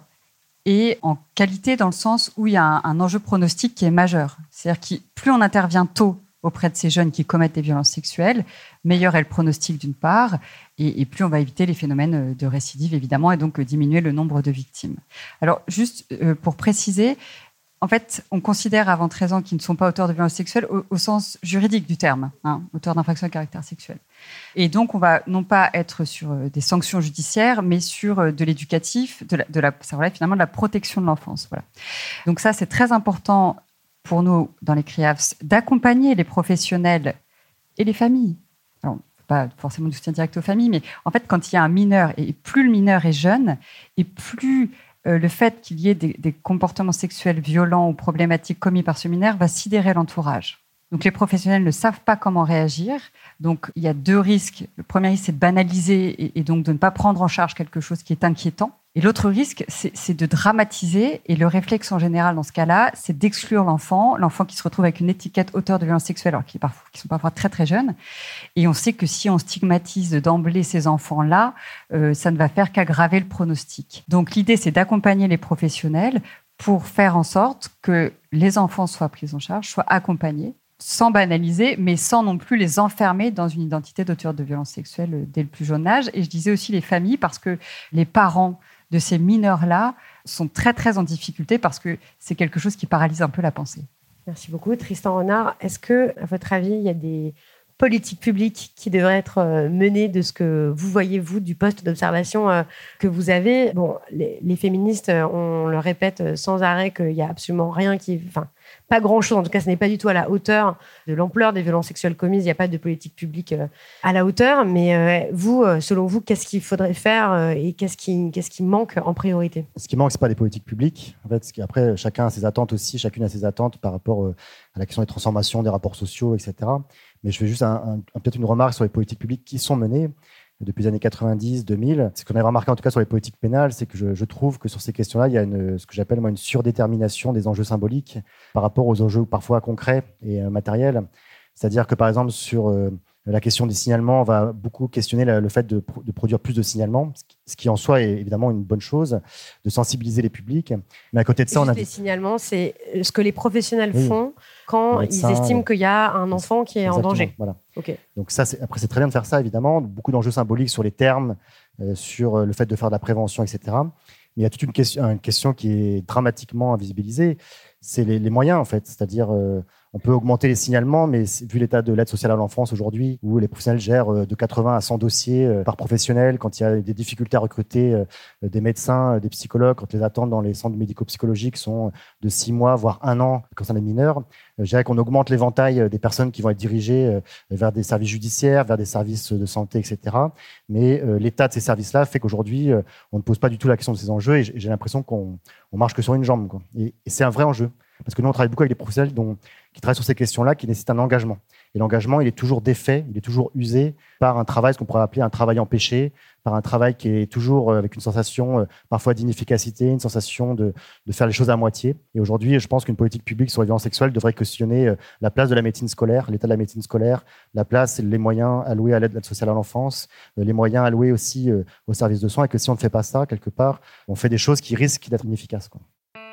[SPEAKER 3] et en qualité dans le sens où il y a un, un enjeu pronostic qui est majeur. C'est-à-dire que plus on intervient tôt auprès de ces jeunes qui commettent des violences sexuelles, meilleur est le pronostic d'une part, et, et plus on va éviter les phénomènes de récidive, évidemment, et donc diminuer le nombre de victimes. Alors, juste euh, pour préciser, en fait, on considère avant treize ans qu'ils ne sont pas auteurs de violences sexuelles au, au sens juridique du terme, hein, auteurs d'infractions à caractère sexuel. Et donc, on va non pas être sur euh, des sanctions judiciaires, mais sur euh, de l'éducatif, de la, de la, ça relève finalement de la protection de l'enfance. Voilà. Donc ça, c'est très important pour nous, dans les CRIAFS, d'accompagner les professionnels et les familles. Alors, pas forcément du soutien direct aux familles, mais en fait, quand il y a un mineur, et plus le mineur est jeune, et plus euh, le fait qu'il y ait des, des comportements sexuels violents ou problématiques commis par ce mineur va sidérer l'entourage. Donc, les professionnels ne savent pas comment réagir. Donc, il y a deux risques. Le premier risque, c'est de banaliser et, et donc de ne pas prendre en charge quelque chose qui est inquiétant. Et l'autre risque, c'est, c'est de dramatiser. Et le réflexe en général dans ce cas-là, c'est d'exclure l'enfant, l'enfant qui se retrouve avec une étiquette auteur de violence sexuelle, alors qu'ils parfois, qui sont parfois très très jeunes. Et on sait que si on stigmatise d'emblée ces enfants-là, euh, ça ne va faire qu'aggraver le pronostic. Donc l'idée, c'est d'accompagner les professionnels pour faire en sorte que les enfants soient pris en charge, soient accompagnés, sans banaliser, mais sans non plus les enfermer dans une identité d'auteur de violence sexuelle dès le plus jeune âge. Et je disais aussi les familles, parce que les parents de ces mineurs-là sont très, très en difficulté parce que c'est quelque chose qui paralyse un peu la pensée.
[SPEAKER 2] Merci beaucoup. Tristan Renard, est-ce que, à votre avis, il y a des politiques publiques qui devraient être menées de ce que vous voyez, vous, du poste d'observation que vous avez? Bon, les, les féministes, on le répète sans arrêt qu'il n'y a absolument rien qui... Enfin, pas grand-chose, en tout cas, ce n'est pas du tout à la hauteur de l'ampleur des violences sexuelles commises. Il n'y a pas de politique publique à la hauteur. Mais vous, selon vous, qu'est-ce qu'il faudrait faire et qu'est-ce qui, qu'est-ce qui manque en priorité?
[SPEAKER 5] Ce qui manque, ce n'est pas des politiques publiques. En fait, après, chacun a ses attentes aussi, chacune a ses attentes par rapport à la question des transformations, des rapports sociaux, et cetera. Mais je fais juste un, un, peut-être une remarque sur les politiques publiques qui sont menées depuis les années quatre-vingt-dix, deux mille. Ce qu'on a remarqué en tout cas sur les politiques pénales, c'est que je, je trouve que sur ces questions-là, il y a une, ce que j'appelle moi une surdétermination des enjeux symboliques par rapport aux enjeux parfois concrets et euh, matériels. C'est-à-dire que par exemple sur euh, la question des signalements, on va beaucoup questionner la, le fait de, de produire plus de signalements, ce qui en soi est évidemment une bonne chose, de sensibiliser les publics. Mais à côté de ça,
[SPEAKER 2] Juste
[SPEAKER 5] on a...
[SPEAKER 2] Les signalements, c'est ce que les professionnels oui. font quand
[SPEAKER 5] médecins,
[SPEAKER 2] ils estiment qu'il y a un enfant qui est
[SPEAKER 5] exactement,
[SPEAKER 2] en danger.
[SPEAKER 5] Voilà.
[SPEAKER 2] Okay.
[SPEAKER 5] Donc ça, c'est, après, c'est très bien de faire ça, évidemment. Beaucoup d'enjeux symboliques sur les termes, euh, sur le fait de faire de la prévention, et cetera. Mais il y a toute une question, une question qui est dramatiquement invisibilisée, c'est les, les moyens, en fait. C'est-à-dire, euh, on peut augmenter les signalements, mais vu l'état de l'aide sociale à l'enfance aujourd'hui, où les professionnels gèrent de quatre-vingts à cent dossiers par professionnel, quand il y a des difficultés à recruter des médecins, des psychologues, quand les attentes dans les centres médico-psychologiques sont de six mois, voire un an, quand on est mineur, je dirais qu'on augmente l'éventail des personnes qui vont être dirigées vers des services judiciaires, vers des services de santé, et cetera. Mais l'état de ces services-là fait qu'aujourd'hui, on ne pose pas du tout la question de ces enjeux, et j'ai l'impression qu'on on marche que sur une jambe, quoi. Et, et c'est un vrai enjeu. Parce que nous, on travaille beaucoup avec des professionnels dont, qui travaillent sur ces questions-là, qui nécessitent un engagement. Et l'engagement, il est toujours défait, il est toujours usé par un travail, ce qu'on pourrait appeler un travail empêché, par un travail qui est toujours avec une sensation euh, parfois d'inefficacité, une sensation de, de faire les choses à moitié. Et aujourd'hui, je pense qu'une politique publique sur les violences sexuelles devrait questionner euh, la place de la médecine scolaire, l'état de la médecine scolaire, la place et les moyens alloués à l'aide, l'aide sociale à l'enfance, euh, les moyens alloués aussi euh, aux services de soins, et que si on ne fait pas ça, quelque part, on fait des choses qui risquent d'être inefficaces, quoi.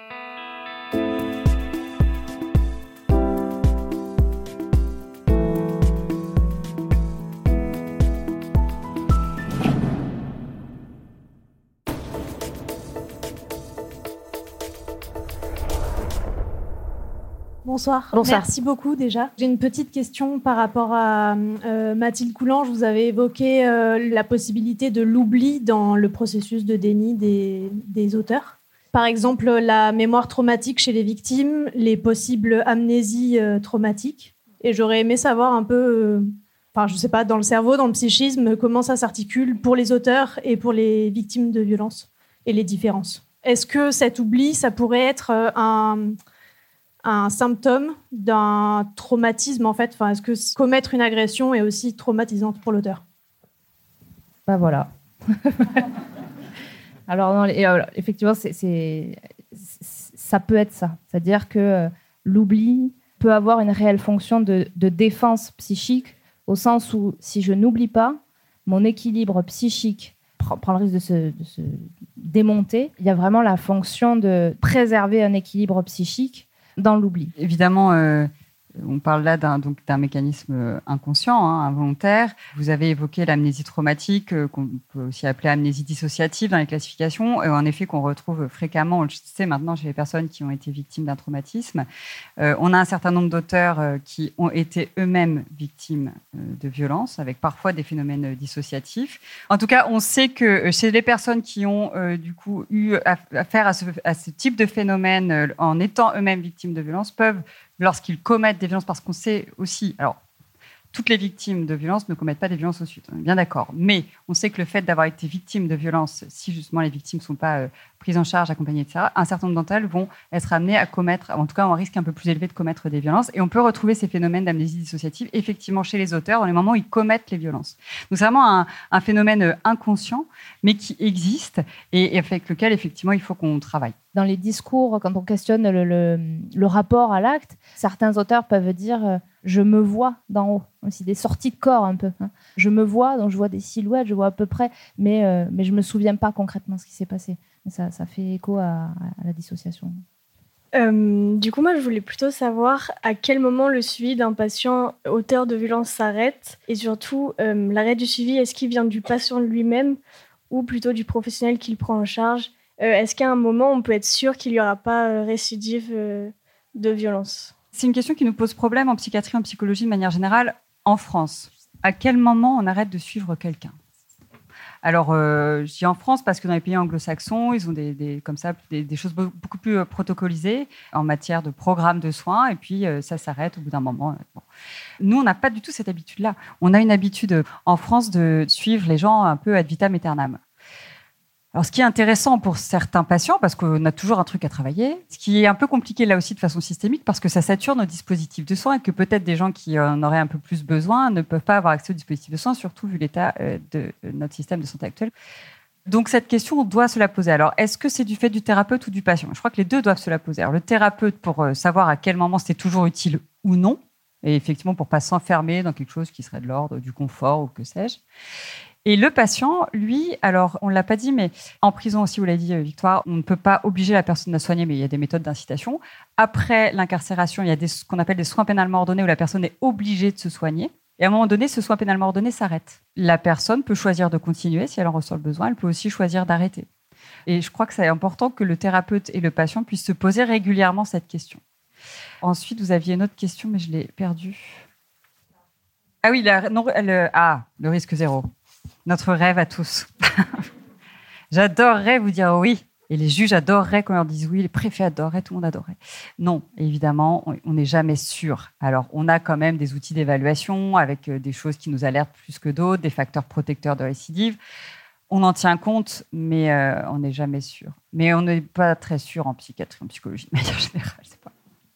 [SPEAKER 6] Bonsoir.
[SPEAKER 2] Bonsoir.
[SPEAKER 6] Merci beaucoup déjà. J'ai une petite question par rapport à euh, Mathilde Coulange. Vous avez évoqué euh, la possibilité de l'oubli dans le processus de déni des, des auteurs. Par exemple, la mémoire traumatique chez les victimes, les possibles amnésies euh, traumatiques. Et j'aurais aimé savoir un peu, euh, enfin, je ne sais pas, dans le cerveau, dans le psychisme, comment ça s'articule pour les auteurs et pour les victimes de violences et les différences. Est-ce que cet oubli, ça pourrait être euh, un... un symptôme d'un traumatisme, en fait? Enfin, est-ce que commettre une agression est aussi traumatisante pour l'auteur?
[SPEAKER 4] Ben voilà. Alors, non, et, euh, effectivement, c'est, c'est, ça peut être ça. C'est-à-dire que euh, l'oubli peut avoir une réelle fonction de, de défense psychique, au sens où, si je n'oublie pas, mon équilibre psychique prend, prend le risque de se, de se démonter. Il y a vraiment la fonction de préserver un équilibre psychique dans l'oubli.
[SPEAKER 3] Évidemment, euh, on parle là d'un, donc, d'un mécanisme inconscient, hein, involontaire. Vous avez évoqué l'amnésie traumatique, euh, qu'on peut aussi appeler amnésie dissociative dans les classifications, et en effet qu'on retrouve fréquemment, on le sait maintenant, chez les personnes qui ont été victimes d'un traumatisme. Euh, on a un certain nombre d'auteurs euh, qui ont été eux-mêmes victimes euh, de violences, avec parfois des phénomènes dissociatifs. En tout cas, on sait que chez les personnes qui ont euh, du coup eu affaire à ce, à ce type de phénomène euh, en étant eux-mêmes victimes de violences, peuvent, lorsqu'ils commettent des violences, parce qu'on sait aussi, alors toutes les victimes de violences ne commettent pas des violences ensuite, on est bien d'accord, mais on sait que le fait d'avoir été victime de violences, si justement les victimes ne sont pas euh, prises en charge, accompagnées, et cetera, un certain nombre d'entre elles vont être amenées à commettre, en tout cas, ont un risque un peu plus élevé de commettre des violences, et on peut retrouver ces phénomènes d'amnésie dissociative effectivement chez les auteurs dans les moments où ils commettent les violences. Donc c'est vraiment un, un phénomène inconscient, mais qui existe et, et avec lequel effectivement il faut qu'on travaille.
[SPEAKER 4] Dans les discours, quand on questionne le, le, le rapport à l'acte, certains auteurs peuvent dire euh, « je me vois d'en haut », aussi des sorties de corps un peu. Hein. Je me vois, donc je vois des silhouettes, je vois à peu près, mais, euh, mais je ne me souviens pas concrètement ce qui s'est passé. Ça, ça fait écho à, à la dissociation.
[SPEAKER 7] Euh, du coup, moi, je voulais plutôt savoir à quel moment le suivi d'un patient auteur de violence s'arrête, et surtout, euh, l'arrêt du suivi, est-ce qu'il vient du patient lui-même ou plutôt du professionnel qui le prend en charge? Euh, est-ce qu'à un moment, on peut être sûr qu'il n'y aura pas euh, récidive euh, de violence?
[SPEAKER 3] C'est une question qui nous pose problème en psychiatrie, en psychologie de manière générale, en France. À quel moment on arrête de suivre quelqu'un? Alors, euh, je dis en France parce que dans les pays anglo-saxons, ils ont des, des, comme ça, des, des choses beaucoup plus euh, protocolisées en matière de programme de soins, et puis euh, ça s'arrête au bout d'un moment. Bon. Nous, on n'a pas du tout cette habitude-là. On a une habitude en France de suivre les gens un peu ad vitam aeternam. Alors, ce qui est intéressant pour certains patients, parce qu'on a toujours un truc à travailler, ce qui est un peu compliqué là aussi de façon systémique, parce que ça sature nos dispositifs de soins et que peut-être des gens qui en auraient un peu plus besoin ne peuvent pas avoir accès aux dispositifs de soins, surtout vu l'état de notre système de santé actuel. Donc, cette question, on doit se la poser. Alors, est-ce que c'est du fait du thérapeute ou du patient? Je crois que les deux doivent se la poser. Alors, le thérapeute, pour savoir à quel moment c'est toujours utile ou non, et effectivement pour ne pas s'enfermer dans quelque chose qui serait de l'ordre du confort ou que sais-je. Et le patient, lui, alors on ne l'a pas dit, mais en prison aussi, vous l'avez dit Victoire, on ne peut pas obliger la personne à soigner, mais il y a des méthodes d'incitation. Après l'incarcération, il y a des, ce qu'on appelle des soins pénalement ordonnés où la personne est obligée de se soigner. Et à un moment donné, ce soin pénalement ordonné s'arrête. La personne peut choisir de continuer si elle en ressent le besoin, elle peut aussi choisir d'arrêter. Et je crois que c'est important que le thérapeute et le patient puissent se poser régulièrement cette question. Ensuite, vous aviez une autre question, mais je l'ai perdue. Ah oui, la, non, le, ah, le risque zéro. Notre rêve à tous. J'adorerais vous dire oui. Et les juges adoreraient qu'on leur dise oui. Les préfets adoreraient, tout le monde adorerait. Non, évidemment, on n'est jamais sûr. Alors, on a quand même des outils d'évaluation avec des choses qui nous alertent plus que d'autres, des facteurs protecteurs de récidive. On en tient compte, mais euh, on n'est jamais sûr. Mais on n'est pas très sûr en psychiatrie, en psychologie, de manière générale. Je sais pas.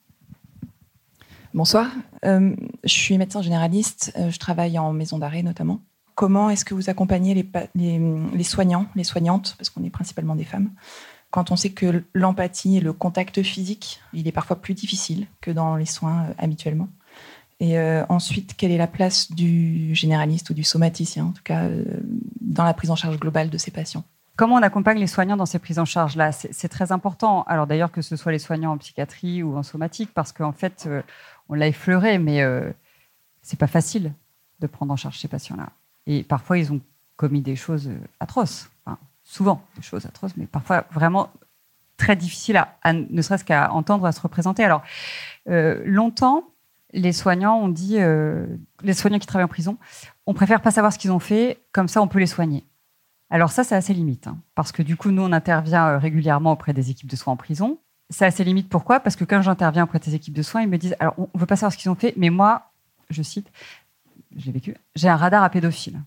[SPEAKER 8] Bonsoir. Euh, je suis médecin généraliste. Euh, je travaille en maison d'arrêt notamment. Comment est-ce que vous accompagnez les, les, les soignants, les soignantes, parce qu'on est principalement des femmes, quand on sait que l'empathie et le contact physique, il est parfois plus difficile que dans les soins euh, habituellement. Et euh, ensuite, quelle est la place du généraliste ou du somaticien, en tout cas, euh, dans la prise en charge globale de ces patients?
[SPEAKER 3] Comment on accompagne les soignants dans ces prises en charge-là? c'est, c'est très important. Alors d'ailleurs, que ce soit les soignants en psychiatrie ou en somatique, parce qu'en fait, euh, on l'a effleuré, mais euh, c'est pas facile de prendre en charge ces patients-là. Et parfois, ils ont commis des choses atroces. Enfin, souvent, des choses atroces, mais parfois vraiment très difficiles, à, à, ne serait-ce qu'à entendre, à se représenter. Alors, euh, longtemps, les soignants ont dit, euh, les soignants qui travaillent en prison, on préfère pas savoir ce qu'ils ont fait, comme ça, on peut les soigner. Alors ça, c'est assez limite, hein, parce que du coup, nous, on intervient régulièrement auprès des équipes de soins en prison. C'est assez limite, pourquoi? Parce que quand j'interviens auprès des équipes de soins, ils me disent, alors, on ne veut pas savoir ce qu'ils ont fait, mais moi, je cite, je l'ai vécu, j'ai un radar à pédophiles.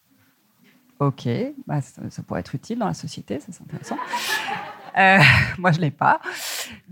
[SPEAKER 3] Ok, bah, ça, ça pourrait être utile dans la société, ça c'est intéressant. Euh, moi, je ne l'ai pas. Donc,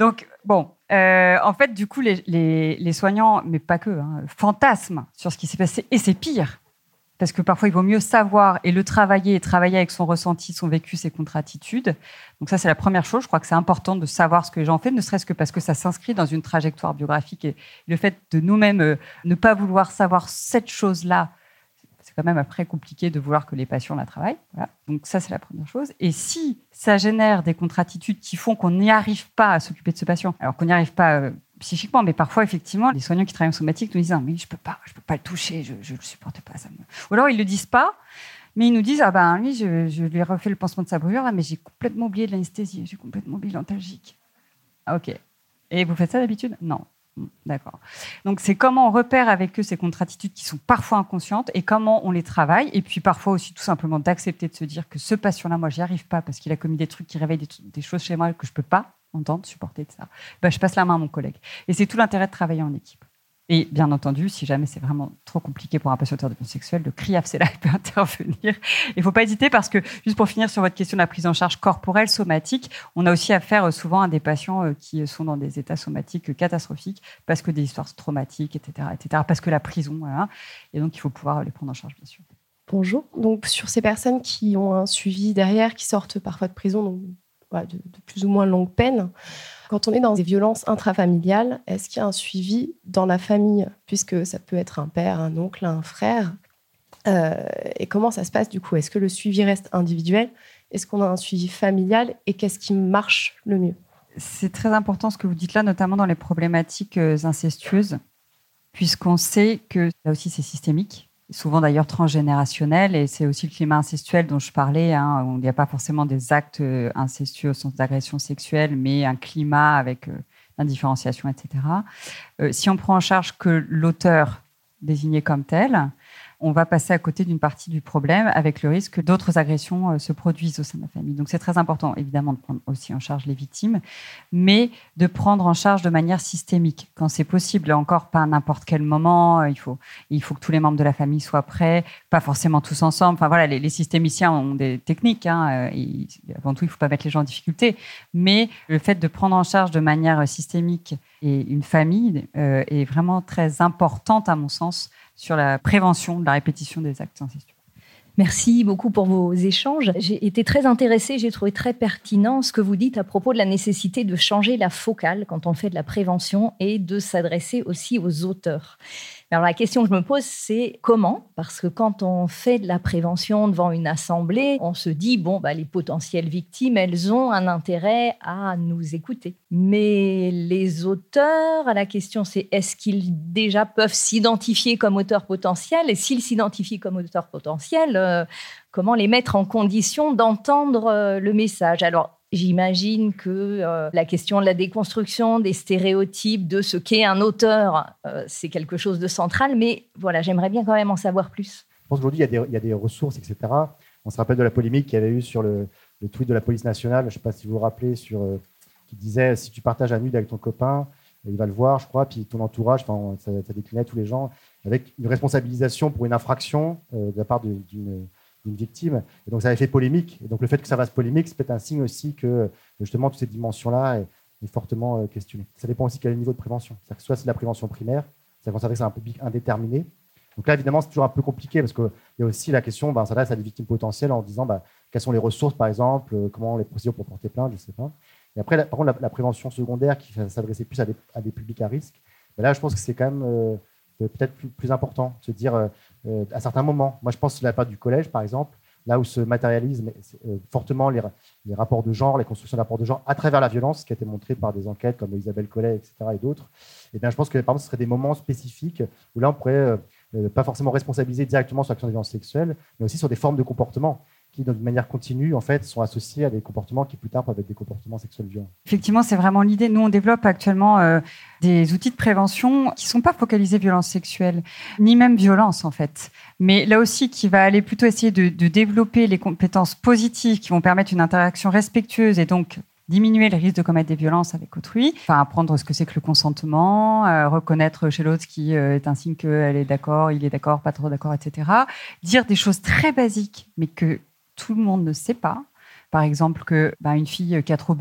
[SPEAKER 3] Bon, euh, en fait, du coup, les, les, les soignants, mais pas que, hein, fantasment sur ce qui s'est passé. Et c'est pire. Parce que parfois, il vaut mieux savoir et le travailler et travailler avec son ressenti, son vécu, ses contre-attitudes. Donc ça, c'est la première chose. Je crois que c'est important de savoir ce que les gens ont fait, ne serait-ce que parce que ça s'inscrit dans une trajectoire biographique. Et le fait de nous-mêmes euh, ne pas vouloir savoir cette chose-là, c'est quand même après compliqué de vouloir que les patients la travaillent. Voilà. Donc ça, c'est la première chose. Et si ça génère des contre-attitudes qui font qu'on n'y arrive pas à s'occuper de ce patient, alors qu'on n'y arrive pas euh, psychiquement, mais parfois, effectivement, les soignants qui travaillent en somatique nous disent « mais je peux pas, je peux pas le toucher, je ne le supporte pas. » Ça me... Ou alors, ils ne le disent pas, mais ils nous disent « ah ben lui, je, je lui ai refait le pansement de sa brûlure, mais j'ai complètement oublié de l'anesthésie, j'ai complètement oublié l'antalgique. » Ok. Et vous faites ça d'habitude ? Non. D'accord. Donc, c'est comment on repère avec eux ces contre-attitudes qui sont parfois inconscientes et comment on les travaille. Et puis, parfois aussi, tout simplement, d'accepter de se dire que ce patient-là, moi, j'y arrive pas parce qu'il a commis des trucs qui réveillent des, des choses chez moi que je peux pas entendre, supporter de ça. Ben, je passe la main à mon collègue. Et c'est tout l'intérêt de travailler en équipe. Et bien entendu, si jamais c'est vraiment trop compliqué pour un patient auteur de violences sexuelles, le C R I A F, c'est là, il peut intervenir. Il ne faut pas hésiter parce que, juste pour finir sur votre question de la prise en charge corporelle, somatique, on a aussi affaire souvent à des patients qui sont dans des états somatiques catastrophiques parce que des histoires traumatiques, et cetera, et cetera, parce que la prison, voilà. Et donc, il faut pouvoir les prendre en charge, bien sûr.
[SPEAKER 1] Bonjour. Donc, sur ces personnes qui ont un suivi derrière, qui sortent parfois de prison, donc, ouais, de, de plus ou moins longue peine, quand on est dans des violences intrafamiliales, est-ce qu'il y a un suivi dans la famille, puisque ça peut être un père, un oncle, un frère euh, et comment ça se passe du coup ? Est-ce que le suivi reste individuel ? Est-ce qu'on a un suivi familial ? Et qu'est-ce qui marche le mieux ?
[SPEAKER 3] C'est très important ce que vous dites là, notamment dans les problématiques incestueuses, puisqu'on sait que là aussi c'est systémique. Souvent d'ailleurs transgénérationnel, et c'est aussi le climat incestuel dont je parlais, hein, où il n'y a pas forcément des actes incestueux au sens d'agression sexuelle, mais un climat avec euh, indifférenciation, et cetera. Euh, si on prend en charge que l'auteur désigné comme tel, on va passer à côté d'une partie du problème avec le risque que d'autres agressions euh, se produisent au sein de la famille. Donc c'est très important, évidemment, de prendre aussi en charge les victimes, mais de prendre en charge de manière systémique, quand c'est possible, encore pas à n'importe quel moment. Il faut, il faut que tous les membres de la famille soient prêts, pas forcément tous ensemble. Enfin voilà, les, les systémiciens ont des techniques. Hein, et avant tout, il ne faut pas mettre les gens en difficulté, mais le fait de prendre en charge de manière systémique et une famille euh, est vraiment très importante, à mon sens, sur la prévention de la répétition des actes incestueux.
[SPEAKER 9] Merci beaucoup pour vos échanges. J'ai été très intéressée, j'ai trouvé très pertinent ce que vous dites à propos de la nécessité de changer la focale quand on fait de la prévention et de s'adresser aussi aux auteurs. Alors la question que je me pose, c'est comment ? Parce que quand on fait de la prévention devant une assemblée, on se dit, bon, bah, les potentielles victimes, elles ont un intérêt à nous écouter. Mais les auteurs, la question c'est, est-ce qu'ils déjà peuvent s'identifier comme auteurs potentiels ? Et s'ils s'identifient comme auteurs potentiels, euh, comment les mettre en condition d'entendre euh, le message ? Alors, j'imagine que euh, la question de la déconstruction des stéréotypes de ce qu'est un auteur, euh, c'est quelque chose de central, mais voilà, j'aimerais bien quand même en savoir plus.
[SPEAKER 5] Je pense qu'aujourd'hui, il y a des, il y a des ressources, et cetera. On se rappelle de la polémique qu'il y avait eu sur le, le tweet de la police nationale, je ne sais pas si vous vous rappelez, sur, euh, qui disait « si tu partages un nude avec ton copain, il va le voir, je crois, puis ton entourage, enfin, ça, ça déclinait tous les gens, avec une responsabilisation pour une infraction euh, de la part de, d'une... d'une victime. Et donc, ça avait fait polémique. Et donc, le fait que ça fasse polémique, c'est peut-être un signe aussi que, justement, toutes ces dimensions-là est, est fortement euh, questionnée. Ça dépend aussi quel niveau de prévention. C'est-à-dire que soit c'est de la prévention primaire, c'est-à-dire qu'on savait que c'est un public indéterminé. Donc là, évidemment, c'est toujours un peu compliqué parce qu'il y a aussi la question, ben, ça s'adresse à des victimes potentielles en disant ben, quelles sont les ressources, par exemple, euh, comment les procédures pour porter plainte, je ne sais pas. Et après, la, par contre, la, la prévention secondaire qui s'adressait plus à des, à des publics à risque, ben là, je pense que c'est quand même euh, peut-être plus, plus important de se dire euh, euh, à certains moments. Moi, je pense que la part du collège, par exemple, là où se matérialisent euh, fortement les, les rapports de genre, les constructions de rapports de genre à travers la violence, qui a été montrée par des enquêtes comme Isabelle Collet, et cetera, et d'autres. Et bien, je pense que par exemple, ce seraient des moments spécifiques où là, on pourrait euh, euh, pas forcément responsabiliser directement sur l'action de violence sexuelle, mais aussi sur des formes de comportement qui, d'une manière continue, en fait, sont associés à des comportements qui, plus tard, peuvent être des comportements sexuels violents.
[SPEAKER 3] Effectivement, c'est vraiment l'idée. Nous, on développe actuellement euh, des outils de prévention qui ne sont pas focalisés violence sexuelle, ni même violence, en fait. Mais là aussi, qui va aller plutôt essayer de, de développer les compétences positives qui vont permettre une interaction respectueuse et donc diminuer le risque de commettre des violences avec autrui, enfin apprendre ce que c'est que le consentement, euh, reconnaître chez l'autre ce qui euh, est un signe qu'elle est d'accord, il est d'accord, pas trop d'accord, et cetera. Dire des choses très basiques, mais que tout le monde ne sait pas. Par exemple, que bah, une fille qui a trop bu,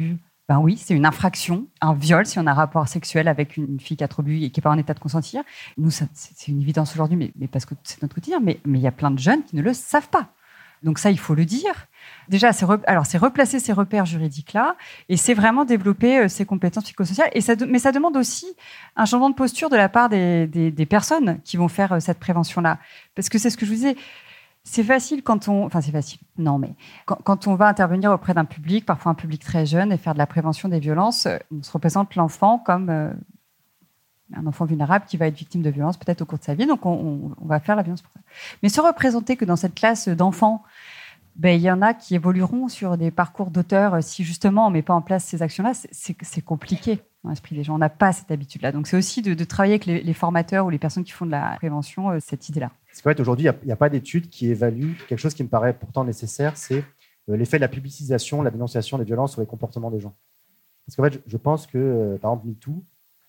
[SPEAKER 3] Ben oui, c'est une infraction, un viol si on a un rapport sexuel avec une fille qui a trop bu et qui n'est pas en état de consentir. Nous, ça, c'est une évidence aujourd'hui, mais, mais parce que c'est notre quotidien. Mais il y a plein de jeunes qui ne le savent pas. Donc ça, il faut le dire. Déjà, c'est, re... Alors, c'est replacer ces repères juridiques-là et c'est vraiment développer euh, ces compétences psychosociales. Et ça de... Mais ça demande aussi un changement de posture de la part des, des, des personnes qui vont faire euh, cette prévention-là. Parce que c'est ce que je vous disais, c'est facile quand on... Enfin, c'est facile, non, mais quand, quand on va intervenir auprès d'un public, parfois un public très jeune, et faire de la prévention des violences, on se représente l'enfant comme euh, un enfant vulnérable qui va être victime de violences peut-être au cours de sa vie, donc on, on, on va faire la violence pour ça. Mais se représenter que dans cette classe d'enfants, ben, il y en a qui évolueront sur des parcours d'auteurs si justement on ne met pas en place ces actions-là, c'est, c'est, c'est compliqué dans l'esprit des gens. On n'a pas cette habitude-là. Donc c'est aussi de, de travailler avec les, les formateurs ou les personnes qui font de la prévention, euh, cette idée-là.
[SPEAKER 5] Parce qu'en fait, aujourd'hui, il n'y a, a pas d'étude qui évalue quelque chose qui me paraît pourtant nécessaire, c'est euh, l'effet de la publicisation, la dénonciation des violences sur les comportements des gens. Parce qu'en fait, je, je pense que, euh, par exemple, MeToo,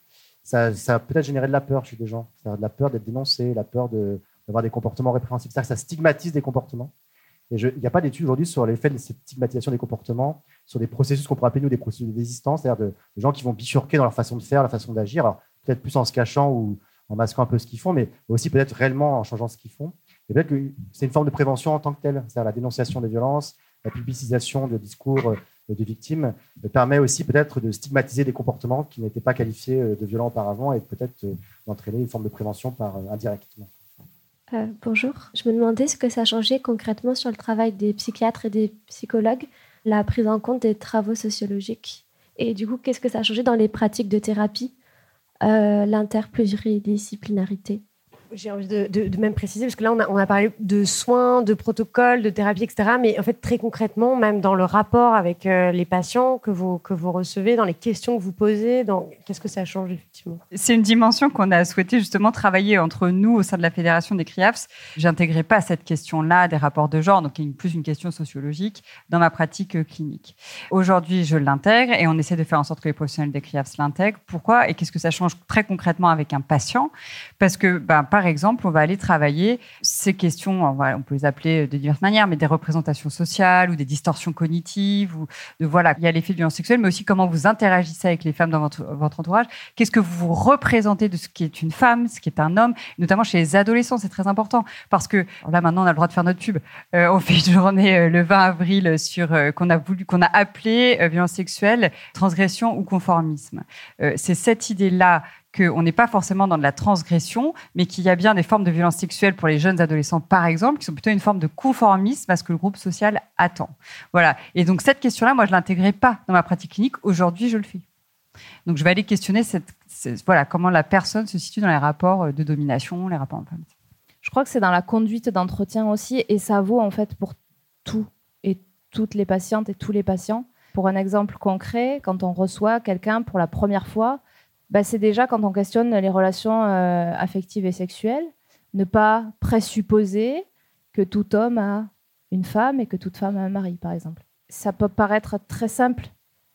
[SPEAKER 5] ça, ça a peut-être généré de la peur chez des gens. C'est-à-dire de la peur d'être dénoncé, la peur de, d'avoir des comportements répréhensibles. C'est-à-dire que ça stigmatise des comportements. Et il n'y a pas d'études aujourd'hui sur l'effet de cette stigmatisation des comportements, sur des processus qu'on pourrait appeler, nous, des processus de résistance, c'est-à-dire de, de gens qui vont bifurquer dans leur façon de faire, leur façon d'agir, alors peut-être plus en se cachant ou en masquant un peu ce qu'ils font, mais aussi peut-être réellement en changeant ce qu'ils font. Et peut-être que c'est une forme de prévention en tant que telle, c'est-à-dire la dénonciation des violences, la publicisation de discours de victimes, permet aussi peut-être de stigmatiser des comportements qui n'étaient pas qualifiés de violents auparavant et peut-être d'entraîner une forme de prévention par indirectement.
[SPEAKER 10] Euh, bonjour. Je me demandais ce que ça changeait concrètement sur le travail des psychiatres et des psychologues, la prise en compte des travaux sociologiques. Et du coup, qu'est-ce que ça a changé dans les pratiques de thérapie, euh, l'interpluridisciplinarité?
[SPEAKER 2] J'ai envie de, de, de même préciser, parce que là, on a, on a parlé de soins, de protocoles, de thérapie, et cetera. Mais en fait, très concrètement, même dans le rapport avec euh, les patients que vous, que vous recevez, dans les questions que vous posez, dans... qu'est-ce que ça change effectivement?
[SPEAKER 3] C'est une dimension qu'on a souhaité justement travailler entre nous au sein de la Fédération des CRIAFS. J'intégrais pas cette question-là des rapports de genre, donc il y a une, plus une question sociologique dans ma pratique euh, clinique. Aujourd'hui, je l'intègre et on essaie de faire en sorte que les professionnels des CRIAFS l'intègrent. Pourquoi? Et qu'est-ce que ça change très concrètement avec un patient? Parce que, ben, par exemple, on va aller travailler ces questions, on peut les appeler de diverses manières, mais des représentations sociales ou des distorsions cognitives, ou de voilà, il y a l'effet de violence sexuelle, mais aussi comment vous interagissez avec les femmes dans votre, votre entourage. Qu'est-ce que vous représentez de ce qui est une femme, ce qui est un homme, notamment chez les adolescents, c'est très important parce que là maintenant on a le droit de faire notre pub. Euh, on fait une journée euh, le vingt avril sur euh, qu'on a voulu, qu'on a appelé euh, violence sexuelle, transgression ou conformisme. Euh, c'est cette idée-là qu'on n'est pas forcément dans de la transgression, mais qu'il y a bien des formes de violence sexuelle pour les jeunes adolescents, par exemple, qui sont plutôt une forme de conformisme à ce que le groupe social attend. Voilà. Et donc, cette question-là, moi, je ne l'intégrais pas dans ma pratique clinique. Aujourd'hui, je le fais. Donc, je vais aller questionner cette, cette, voilà, comment la personne se situe dans les rapports de domination, les rapports hommes-femmes.
[SPEAKER 4] Je crois que c'est dans la conduite d'entretien aussi, et ça vaut, en fait, pour tout et toutes les patientes et tous les patients. Pour un exemple concret, quand on reçoit quelqu'un pour la première fois, bah, c'est déjà quand on questionne les relations euh, affectives et sexuelles, ne pas présupposer que tout homme a une femme et que toute femme a un mari, par exemple. Ça peut paraître très simple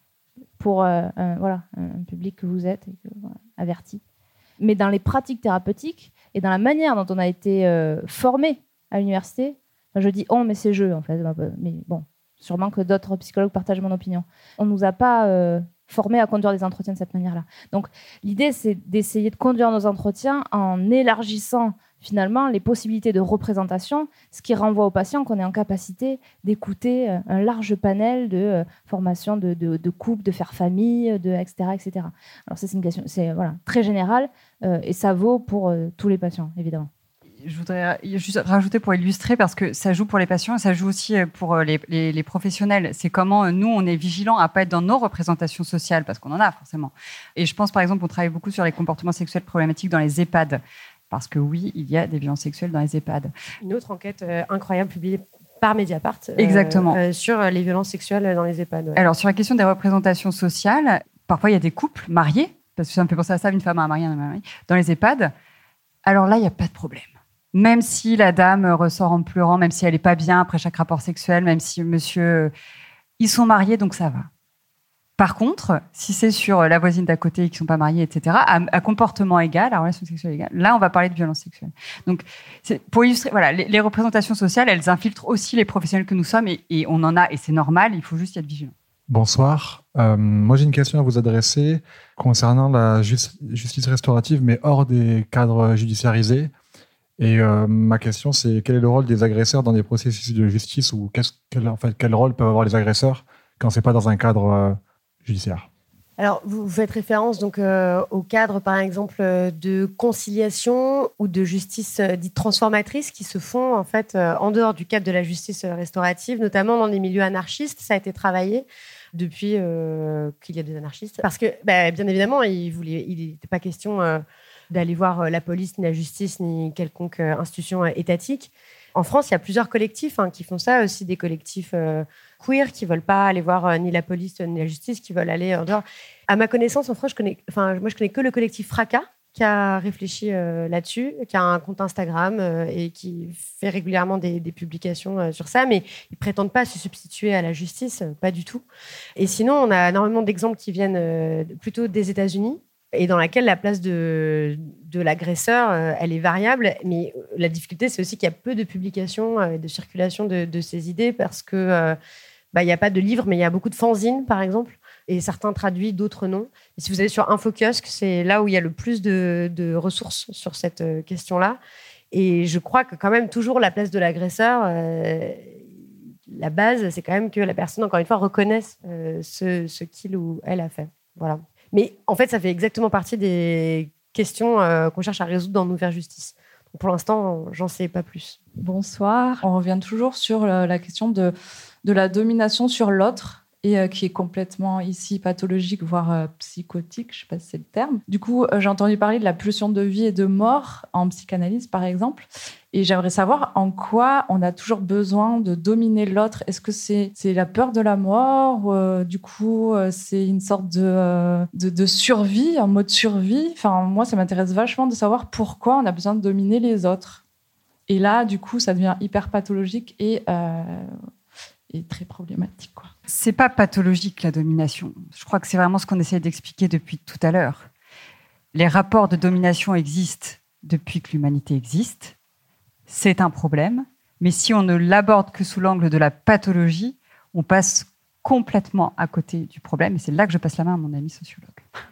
[SPEAKER 4] pour euh, un, voilà, un public que vous êtes et que, voilà, averti. Mais dans les pratiques thérapeutiques et dans la manière dont on a été euh, formé à l'université, je dis on, mais c'est je, en fait. Mais bon, sûrement que d'autres psychologues partagent mon opinion. On ne nous a pas... Euh, formés à conduire des entretiens de cette manière-là. Donc, l'idée, c'est d'essayer de conduire nos entretiens en élargissant finalement les possibilités de représentation, ce qui renvoie aux patients qu'on est en capacité d'écouter un large panel de euh, formations de, de, de couple, de faire famille, de, et cetera, et cetera. Alors, ça, c'est une question c'est, voilà, très générale euh, et ça vaut pour euh, tous les patients, évidemment.
[SPEAKER 3] Je voudrais juste rajouter pour illustrer, parce que ça joue pour les patients et ça joue aussi pour les, les, les professionnels. C'est comment nous, on est vigilants à ne pas être dans nos représentations sociales, parce qu'on en a forcément. Et je pense, par exemple, on travaille beaucoup sur les comportements sexuels problématiques dans les EHPAD, parce que oui, il y a des violences sexuelles dans les EHPAD.
[SPEAKER 2] Une autre enquête euh, incroyable publiée par Mediapart euh,
[SPEAKER 3] Exactement.
[SPEAKER 2] Euh, sur les violences sexuelles dans les EHPAD. Ouais.
[SPEAKER 3] Alors, sur la question des représentations sociales, parfois, il y a des couples mariés, parce que ça me fait penser à ça, une femme a un mari, un mari, dans les EHPAD. Alors là, il n'y a pas de problème. Même si la dame ressort en pleurant, même si elle n'est pas bien après chaque rapport sexuel, même si monsieur... Ils sont mariés, donc ça va. Par contre, si c'est sur la voisine d'à côté qui ne sont pas mariés, et cetera, à, à comportement égal, à relation sexuelle égale, là, on va parler de violence sexuelle. Donc, c'est, pour illustrer, voilà, les, les représentations sociales, elles infiltrent aussi les professionnels que nous sommes, et, et on en a, et c'est normal, il faut juste y être vigilant.
[SPEAKER 11] Bonsoir. Euh, moi, j'ai une question à vous adresser concernant la ju- justice restaurative, mais hors des cadres judiciarisés. Et euh, ma question, c'est quel est le rôle des agresseurs dans des processus de justice ou qu'est-ce, quel, en fait, quel rôle peuvent avoir les agresseurs quand c'est pas dans un cadre euh, judiciaire?
[SPEAKER 2] Alors, vous faites référence donc euh, au cadre, par exemple, de conciliation ou de justice euh, dite transformatrice qui se font en fait euh, en dehors du cadre de la justice restaurative, notamment dans les milieux anarchistes. Ça a été travaillé depuis euh, qu'il y a des anarchistes, parce que, bah, bien évidemment, il voulait, il n'était pas question euh, d'aller voir la police, ni la justice, ni quelconque euh, institution étatique. En France, il y a plusieurs collectifs hein, qui font ça, aussi des collectifs euh, queer qui ne veulent pas aller voir euh, ni la police ni la justice, qui veulent aller en dehors. À ma connaissance, en France, je connais, enfin, moi, je connais que le collectif Fracas qui a réfléchi euh, là-dessus, qui a un compte Instagram euh, et qui fait régulièrement des, des publications euh, sur ça, mais ils ne prétendent pas se substituer à la justice, euh, pas du tout. Et sinon, on a énormément d'exemples qui viennent euh, plutôt des États-Unis, et dans laquelle la place de, de l'agresseur, euh, elle est variable. Mais la difficulté, c'est aussi qu'il y a peu de publications et euh, de circulation de, de ces idées parce qu'il euh, bah, n'y a pas de livres, mais il y a beaucoup de fanzines, par exemple, et certains traduits, d'autres non. Et si vous allez sur InfoKiosque, c'est là où il y a le plus de, de ressources sur cette euh, question-là. Et je crois que quand même, toujours, la place de l'agresseur, euh, la base, c'est quand même que la personne, encore une fois, reconnaisse euh, ce, ce qu'il ou elle a fait. Voilà. Mais en fait, ça fait exactement partie des questions euh, qu'on cherche à résoudre dans Nous vers justice. Donc, pour l'instant, j'en sais pas plus.
[SPEAKER 8] Bonsoir. On revient toujours sur la question de, de la domination sur l'autre et euh, qui est complètement ici pathologique, voire euh, psychotique, je ne sais pas si c'est le terme. Du coup, euh, j'ai entendu parler de la pulsion de vie et de mort en psychanalyse, par exemple. Et j'aimerais savoir en quoi on a toujours besoin de dominer l'autre. Est-ce que c'est, c'est la peur de la mort ou, euh, du coup, euh, c'est une sorte de, euh, de, de survie, en mode survie. Enfin, moi, ça m'intéresse vachement de savoir pourquoi on a besoin de dominer les autres. Et là, du coup, ça devient hyper pathologique et, euh, et très problématique, quoi.
[SPEAKER 3] C'est pas pathologique, la domination. Je crois que c'est vraiment ce qu'on essaie d'expliquer depuis tout à l'heure. Les rapports de domination existent depuis que l'humanité existe. C'est un problème. Mais si on ne l'aborde que sous l'angle de la pathologie, on passe complètement à côté du problème. Et c'est là que je passe la main à mon ami sociologue.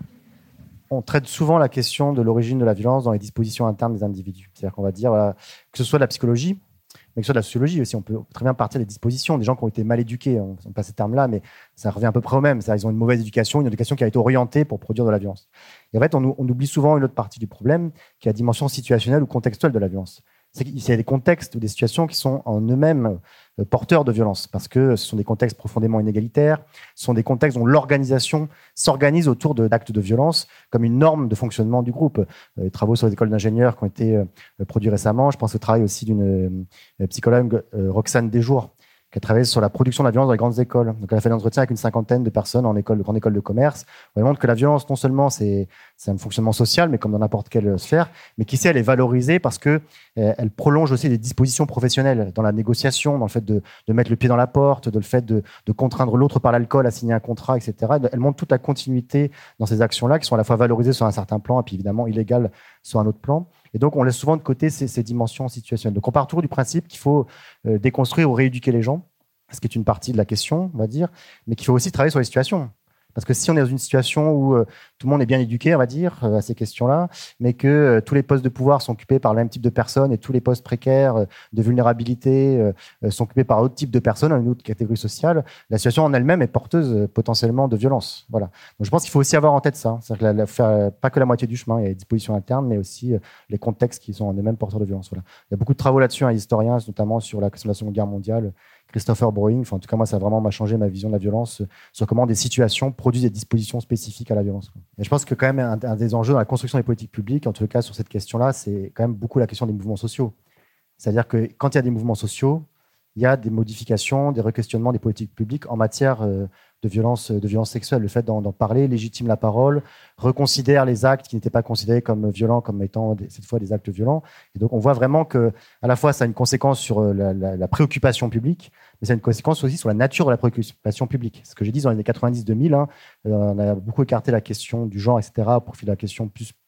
[SPEAKER 5] On traite souvent la question de l'origine de la violence dans les dispositions internes des individus. C'est-à-dire qu'on va dire, voilà, que ce soit de la psychologie, mais que ce soit de la sociologie aussi, on peut très bien partir des dispositions, des gens qui ont été mal éduqués, on ne pas ces termes-là, mais ça revient à peu près au même. C'est-à-dire qu'ils ont une mauvaise éducation, une éducation qui a été orientée pour produire de la violence. Et en fait, on, on oublie souvent une autre partie du problème, qui est la dimension situationnelle ou contextuelle de la violence. C'est qu'il y a des contextes ou des situations qui sont en eux-mêmes porteurs de violence, parce que ce sont des contextes profondément inégalitaires, ce sont des contextes dont l'organisation s'organise autour de, d'actes de violence comme une norme de fonctionnement du groupe. Les travaux sur les écoles d'ingénieurs qui ont été produits récemment, je pense au travail aussi d'une psychologue, Roxane Desjours, qui a travaillé sur la production de la violence dans les grandes écoles. Donc, elle a fait un entretien avec une cinquantaine de personnes en école, grande école de commerce. On montre que la violence, non seulement c'est, c'est un fonctionnement social, mais comme dans n'importe quelle sphère, mais qu'ici, elle est valorisée parce que euh, elle prolonge aussi des dispositions professionnelles dans la négociation, dans le fait de, de mettre le pied dans la porte, dans le fait de, de contraindre l'autre par l'alcool à signer un contrat, et cetera. Elle montre toute la continuité dans ces actions-là qui sont à la fois valorisées sur un certain plan et puis évidemment illégales sur un autre plan. Et donc, on laisse souvent de côté ces, ces dimensions situationnelles. Donc, on part toujours du principe qu'il faut euh, déconstruire ou rééduquer les gens, ce qui est une partie de la question, on va dire, mais qu'il faut aussi travailler sur les situations. Parce que si on est dans une situation où euh, tout le monde est bien éduqué, on va dire, euh, à ces questions-là, mais que euh, tous les postes de pouvoir sont occupés par le même type de personnes et tous les postes précaires euh, de vulnérabilité euh, sont occupés par un autre type de personnes, une autre catégorie sociale, la situation en elle-même est porteuse euh, potentiellement de violence. Voilà. Donc je pense qu'il faut aussi avoir en tête ça. Hein. C'est-à-dire que la, la, faire, pas que la moitié du chemin, il y a les dispositions internes, mais aussi euh, les contextes qui sont en eux-mêmes porteurs de violence. Voilà. Il y a beaucoup de travaux là-dessus, hein, historiens, notamment sur la question de la Seconde Guerre mondiale. Christopher Browning, enfin, en tout cas moi ça a vraiment m'a changé ma vision de la violence, sur comment des situations produisent des dispositions spécifiques à la violence. Et je pense que quand même un, un des enjeux dans la construction des politiques publiques, en tout cas sur cette question-là, c'est quand même beaucoup la question des mouvements sociaux. C'est-à-dire que quand il y a des mouvements sociaux, il y a des modifications, des re-questionnements des politiques publiques en matière euh, de violence, de violence sexuelle. Le fait d'en, d'en parler légitime la parole, reconsidère les actes qui n'étaient pas considérés comme violents, comme étant des, cette fois des actes violents. Et donc on voit vraiment que, à la fois, ça a une conséquence sur la, la, la préoccupation publique, mais ça a une conséquence aussi sur la nature de la préoccupation publique. Ce que j'ai dit dans les années quatre-vingt-dix deux mille, hein, on a beaucoup écarté la question du genre, et cetera, au profit de la question plus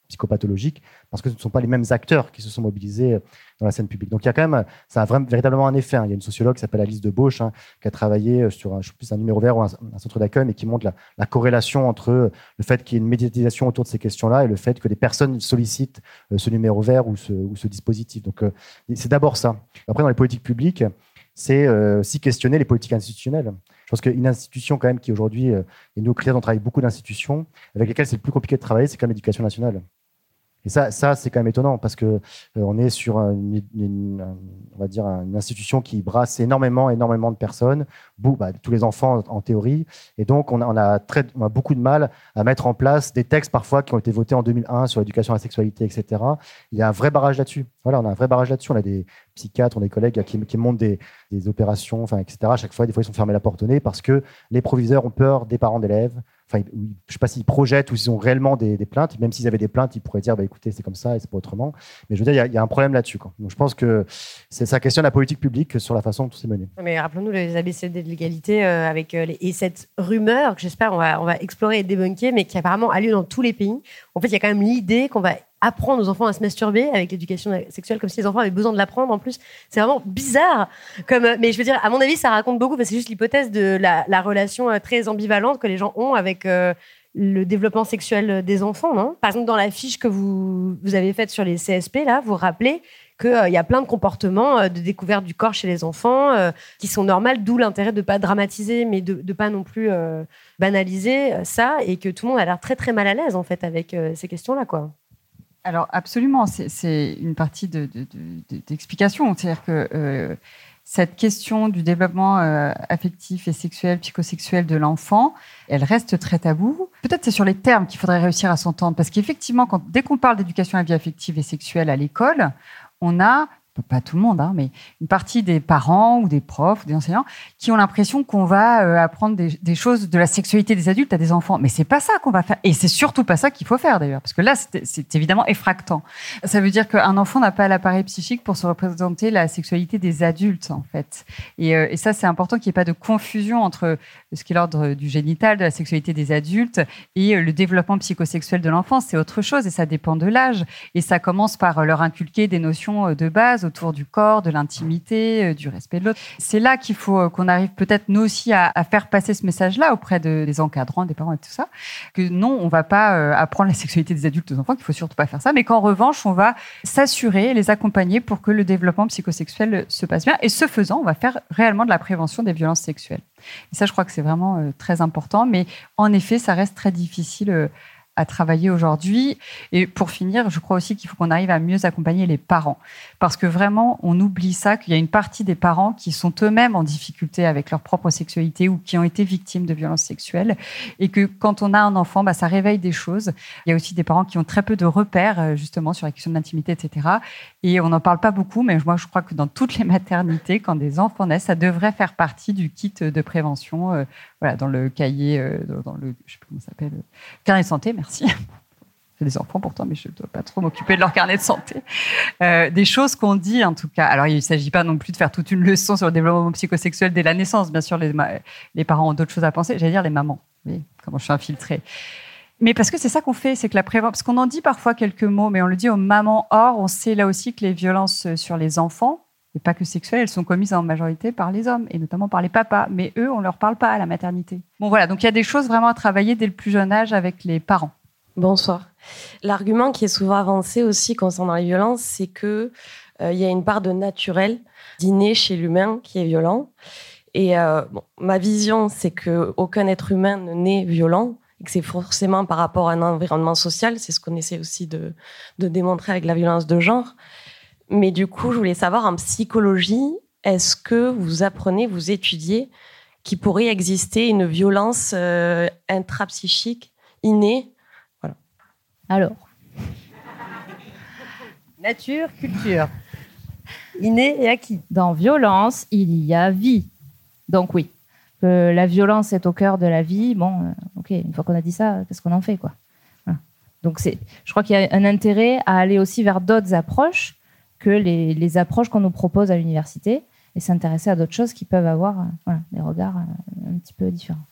[SPEAKER 5] psychopathologiques, parce que ce ne sont pas les mêmes acteurs qui se sont mobilisés dans la scène publique. Donc il y a quand même, ça a vraiment, véritablement un effet. Hein. Il y a une sociologue qui s'appelle Alice Debauche, hein, qui a travaillé sur un, je sais plus, un numéro vert ou un, un centre d'accueil, mais qui montre la, la corrélation entre le fait qu'il y ait une médiatisation autour de ces questions-là et le fait que des personnes sollicitent ce numéro vert ou ce, ou ce dispositif. Donc euh, c'est d'abord ça. Après, dans les politiques publiques, c'est euh, aussi questionner les politiques institutionnelles. Je pense qu'une institution quand même qui aujourd'hui, euh, et nous, Critères, on travaille beaucoup d'institutions avec lesquelles c'est le plus compliqué de travailler, c'est quand même l'éducation nationale. Et ça, ça c'est quand même étonnant parce que euh, on est sur une, une, on va dire une institution qui brasse énormément, énormément de personnes, bou, bah, tous les enfants en, en théorie, et donc on a, on, a très, on a beaucoup de mal à mettre en place des textes parfois qui ont été votés en deux mille un sur l'éducation à la sexualité, et cetera. Il y a un vrai barrage là-dessus. Voilà, on a un vrai barrage là-dessus. On a des psychiatres, on a des collègues qui, qui montent des, des opérations, enfin, et cetera. À chaque fois, des fois, ils sont fermés la porte au nez parce que les proviseurs ont peur des parents d'élèves. Enfin, je ne sais pas s'ils projettent ou s'ils ont réellement des, des plaintes. Même s'ils avaient des plaintes, ils pourraient dire bah, écoutez, c'est comme ça et c'est pas autrement. Mais je veux dire, il y a, il y a un problème là-dessus. Quoi. Donc je pense que c'est, ça questionne la politique publique sur la façon dont tout s'est mené.
[SPEAKER 2] Mais rappelons-nous les A B C D de l'égalité euh, avec, euh, les... et cette rumeur que j'espère on va, on va explorer et débunker, mais qui apparemment a lieu dans tous les pays. En fait, il y a quand même l'idée qu'on va apprendre aux enfants à se masturber avec l'éducation sexuelle, comme si les enfants avaient besoin de l'apprendre. En plus, c'est vraiment bizarre. Comme, mais je veux dire, à mon avis, ça raconte beaucoup, parce que c'est juste l'hypothèse de la, la relation très ambivalente que les gens ont avec euh, le développement sexuel des enfants, non ? Par exemple, dans la fiche que vous, vous avez faite sur les C S P, là, vous rappelez qu'il euh, y a plein de comportements euh, de découverte du corps chez les enfants euh, qui sont normaux, d'où l'intérêt de ne pas dramatiser, mais de ne pas non plus euh, banaliser ça, et que tout le monde a l'air très, très mal à l'aise, en fait, avec euh, ces questions-là, quoi.
[SPEAKER 3] Alors, absolument, c'est, c'est une partie de, de, de, d'explication. C'est-à-dire que euh, cette question du développement euh, affectif et sexuel, psychosexuel de l'enfant, elle reste très taboue. Peut-être c'est sur les termes qu'il faudrait réussir à s'entendre. Parce qu'effectivement, quand, dès qu'on parle d'éducation à la vie affective et sexuelle à l'école, on a, pas tout le monde, hein, mais une partie des parents ou des profs ou des enseignants qui ont l'impression qu'on va euh, apprendre des, des choses de la sexualité des adultes à des enfants. Mais c'est pas ça qu'on va faire. Et c'est surtout pas ça qu'il faut faire, d'ailleurs. Parce que là, c'est, c'est évidemment effractant. Ça veut dire qu'un enfant n'a pas l'appareil psychique pour se représenter la sexualité des adultes, en fait. Et, euh, et ça, c'est important qu'il n'y ait pas de confusion entre ce qui est l'ordre du génital, de la sexualité des adultes, et euh, le développement psychosexuel de l'enfant. C'est autre chose, et ça dépend de l'âge. Et ça commence par leur inculquer des notions de base autour du corps, de l'intimité, du respect de l'autre. C'est là qu'il faut qu'on arrive peut-être nous aussi à, à faire passer ce message-là auprès de, des encadrants, des parents et tout ça, que non, on ne va pas euh, apprendre la sexualité des adultes aux enfants, qu'il ne faut surtout pas faire ça, mais qu'en revanche, on va s'assurer, les accompagner pour que le développement psychosexuel se passe bien. Et ce faisant, on va faire réellement de la prévention des violences sexuelles. Et ça, je crois que c'est vraiment euh, très important, mais en effet, ça reste très difficile euh, à travailler aujourd'hui. Et pour finir, je crois aussi qu'il faut qu'on arrive à mieux accompagner les parents. Parce que vraiment, on oublie ça, qu'il y a une partie des parents qui sont eux-mêmes en difficulté avec leur propre sexualité ou qui ont été victimes de violences sexuelles. Et que quand on a un enfant, bah, ça réveille des choses. Il y a aussi des parents qui ont très peu de repères, justement, sur la question de l'intimité, et cetera. Et on n'en parle pas beaucoup, mais moi, je crois que dans toutes les maternités, quand des enfants naissent, ça devrait faire partie du kit de prévention, euh, voilà, dans le cahier, euh, dans le, je sais plus comment ça s'appelle, le carnet de santé, merci. J'ai des enfants pourtant, mais je ne dois pas trop m'occuper de leur carnet de santé. Euh, des choses qu'on dit, en tout cas. Alors, il ne s'agit pas non plus de faire toute une leçon sur le développement psychosexuel dès la naissance. Bien sûr, les, les parents ont d'autres choses à penser. J'allais dire les mamans. Vous voyez comment je suis infiltrée. Mais parce que c'est ça qu'on fait, c'est que la prévention... Parce qu'on en dit parfois quelques mots, mais on le dit aux mamans. Or, on sait là aussi que les violences sur les enfants, et pas que sexuelles, elles sont commises en majorité par les hommes, et notamment par les papas. Mais eux, on ne leur parle pas à la maternité. Bon, voilà. Donc, il y a des choses vraiment à travailler dès le plus jeune âge avec les parents.
[SPEAKER 12] Bonsoir. L'argument qui est souvent avancé aussi concernant les violences, c'est qu'il euh, y a une part de naturel, d'inné chez l'humain qui est violent. Et euh, bon, ma vision, c'est qu'aucun être humain ne naît violent, et que c'est forcément par rapport à un environnement social. C'est ce qu'on essaie aussi de, de démontrer avec la violence de genre. Mais du coup, je voulais savoir, en psychologie, est-ce que vous apprenez, vous étudiez qu'il pourrait exister une violence euh, intrapsychique, innée? Voilà.
[SPEAKER 4] Alors
[SPEAKER 2] nature, culture. Inné et acquis.
[SPEAKER 4] Dans violence, il y a vie. Donc oui, que la violence est au cœur de la vie. Bon, euh, ok, une fois qu'on a dit ça, qu'est-ce qu'on en fait, quoi? Voilà. Donc c'est, je crois qu'il y a un intérêt à aller aussi vers d'autres approches que les, les approches qu'on nous propose à l'université et s'intéresser à d'autres choses qui peuvent avoir euh, voilà, des regards euh, un petit peu différents.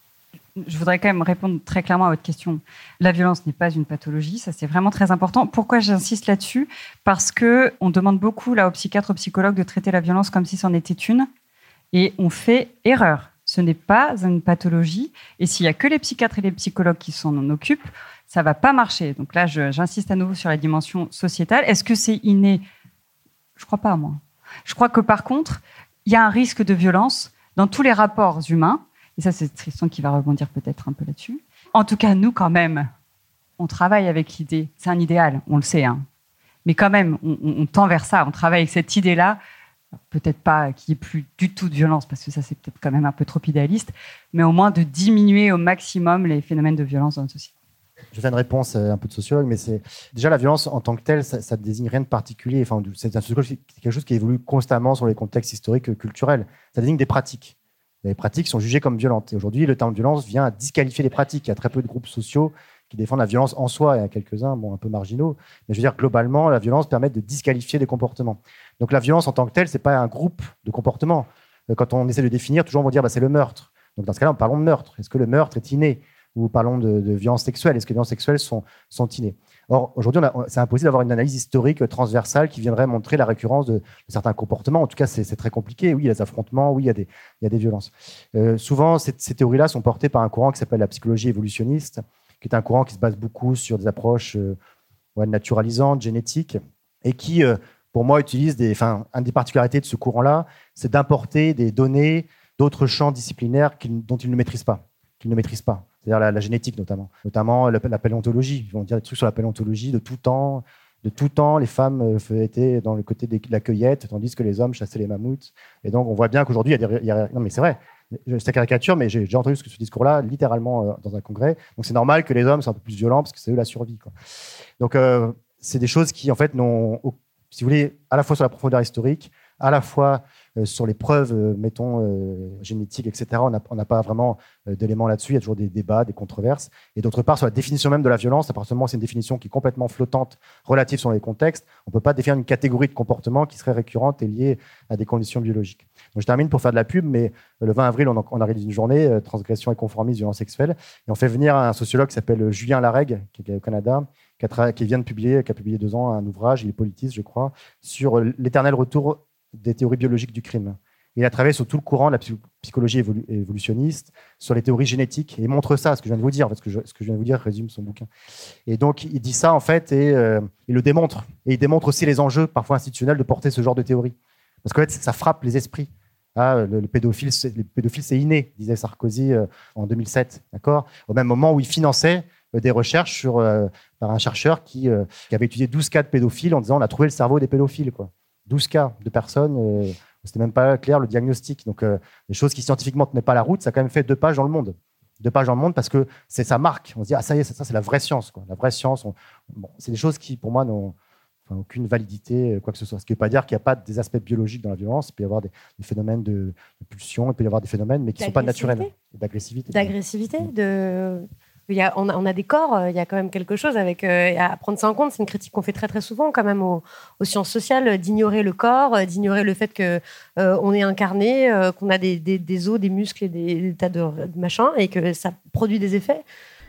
[SPEAKER 3] Je voudrais quand même répondre très clairement à votre question. La violence n'est pas une pathologie, ça c'est vraiment très important. Pourquoi j'insiste là-dessus ? Parce qu'on demande beaucoup là, aux psychiatres, aux psychologues de traiter la violence comme si c'en était une. Et on fait erreur. Ce n'est pas une pathologie. Et s'il n'y a que les psychiatres et les psychologues qui s'en occupent, ça ne va pas marcher. Donc là, je, j'insiste à nouveau sur la dimension sociétale. Est-ce que c'est inné ? Je ne crois pas, moi. Je crois que par contre, il y a un risque de violence dans tous les rapports humains. Et ça, c'est Tristan qui va rebondir peut-être un peu là-dessus. En tout cas, nous, quand même, on travaille avec l'idée. C'est un idéal, on le sait. Hein. Mais quand même, on, on tend vers ça. On travaille avec cette idée-là. Peut-être pas qu'il n'y ait plus du tout de violence, parce que ça, c'est peut-être quand même un peu trop idéaliste, mais au moins de diminuer au maximum les phénomènes de violence dans notre société.
[SPEAKER 5] Je vais faire une réponse un peu de sociologue, mais c'est déjà la violence en tant que telle, ça ne désigne rien de particulier. Enfin, c'est un sociologue, c'est quelque chose qui évolue constamment sur les contextes historiques et culturels. Ça désigne des pratiques. Les pratiques sont jugées comme violentes. Et aujourd'hui, le terme violence vient à disqualifier les pratiques. Il y a très peu de groupes sociaux qui défendent la violence en soi. Il y a quelques-uns, bon, un peu marginaux. Mais je veux dire, globalement, la violence permet de disqualifier des comportements. Donc la violence en tant que telle, ce n'est pas un groupe de comportements. Quand on essaie de définir, toujours on va dire bah, c'est le meurtre. Donc dans ce cas-là, parlons de meurtre. Est-ce que le meurtre est inné ? Ou parlons de, de violences sexuelles. Est-ce que les violences sexuelles sont, sont innées ? Or, aujourd'hui, on a, c'est impossible d'avoir une analyse historique transversale qui viendrait montrer la récurrence de, de certains comportements. En tout cas, c'est, c'est très compliqué. Oui, il y a des affrontements, oui, il y a des, il y a des violences. Euh, souvent, ces, ces théories-là sont portées par un courant qui s'appelle la psychologie évolutionniste, qui est un courant qui se base beaucoup sur des approches euh, ouais, naturalisantes, génétiques, et qui, euh, pour moi, utilise des... Enfin, une des particularités de ce courant-là, c'est d'importer des données d'autres champs disciplinaires qu'il, dont il ne maîtrise pas, qu'il ne maîtrise pas. C'est-à-dire la, la génétique, notamment. Notamment la, la paléontologie. Ils vont dire des trucs sur la paléontologie de tout temps. De tout temps, les femmes euh, étaient dans le côté de la cueillette, tandis que les hommes chassaient les mammouths. Et donc, on voit bien qu'aujourd'hui, il y a des... Il y a, non, mais c'est vrai. C'est caricature, mais j'ai, j'ai entendu ce, ce discours-là littéralement euh, dans un congrès. Donc, c'est normal que les hommes soient un peu plus violents parce que c'est eux la survie, quoi. Donc, euh, c'est des choses qui, en fait, n'ont, si vous voulez, à la fois sur la profondeur historique, à la fois euh, sur les preuves, euh, mettons, euh, génétiques, et cetera. On n'a pas vraiment euh, d'éléments là-dessus. Il y a toujours des débats, des controverses. Et d'autre part, sur la définition même de la violence, à partir du moment où c'est une définition qui est complètement flottante, relative sur les contextes, on ne peut pas définir une catégorie de comportement qui serait récurrente et liée à des conditions biologiques. Donc, je termine pour faire de la pub, mais euh, le vingt avril, on, on organise une journée, euh, transgression et conformisme, violence sexuelle. Et on fait venir un sociologue qui s'appelle Julien Larègue, qui est au Canada, qui, a tra- qui vient de publier, qui a publié deux ans un ouvrage, il est politiste, je crois, sur l'éternel retour des théories biologiques du crime. Il a travaillé sur tout le courant de la psychologie évolu- évolutionniste, sur les théories génétiques, et il montre ça, ce que je viens de vous dire, parce que je, ce que je viens de vous dire résume son bouquin. Et donc, il dit ça, en fait, et euh, il le démontre. Et il démontre aussi les enjeux, parfois institutionnels, de porter ce genre de théorie. Parce qu'en fait, ça frappe les esprits. Ah, le, le, pédophile, c'est, le pédophile, c'est inné, disait Sarkozy euh, en deux mille sept, d'accord ? Au même moment où il finançait euh, des recherches sur, euh, par un chercheur qui, euh, qui avait étudié douze cas de pédophiles en disant on a trouvé le cerveau des pédophiles, quoi. douze cas de personnes, euh, c'était même pas clair le diagnostic. Donc, euh, des choses qui scientifiquement tenaient pas la route, ça a quand même fait deux pages dans le Monde. Deux pages dans le Monde parce que c'est sa marque. On se dit, ah, ça y est, ça, ça c'est la vraie science, quoi. La vraie science. On... Bon, c'est des choses qui, pour moi, n'ont enfin, aucune validité, quoi que ce soit. Ce qui ne veut pas dire qu'il n'y a pas des aspects biologiques dans la violence. Il peut y avoir des, des phénomènes de, de pulsion, il peut y avoir des phénomènes, mais qui ne sont pas naturels. D'agressivité.
[SPEAKER 2] D'agressivité, de... Il y a, on, a, on a des corps, il y a quand même quelque chose avec, euh, à prendre ça en compte. C'est une critique qu'on fait très très souvent quand même aux, aux sciences sociales, d'ignorer le corps, d'ignorer le fait qu'on euh, est incarné, euh, qu'on a des, des, des os, des muscles et des, des tas de, de machins et que ça produit des effets.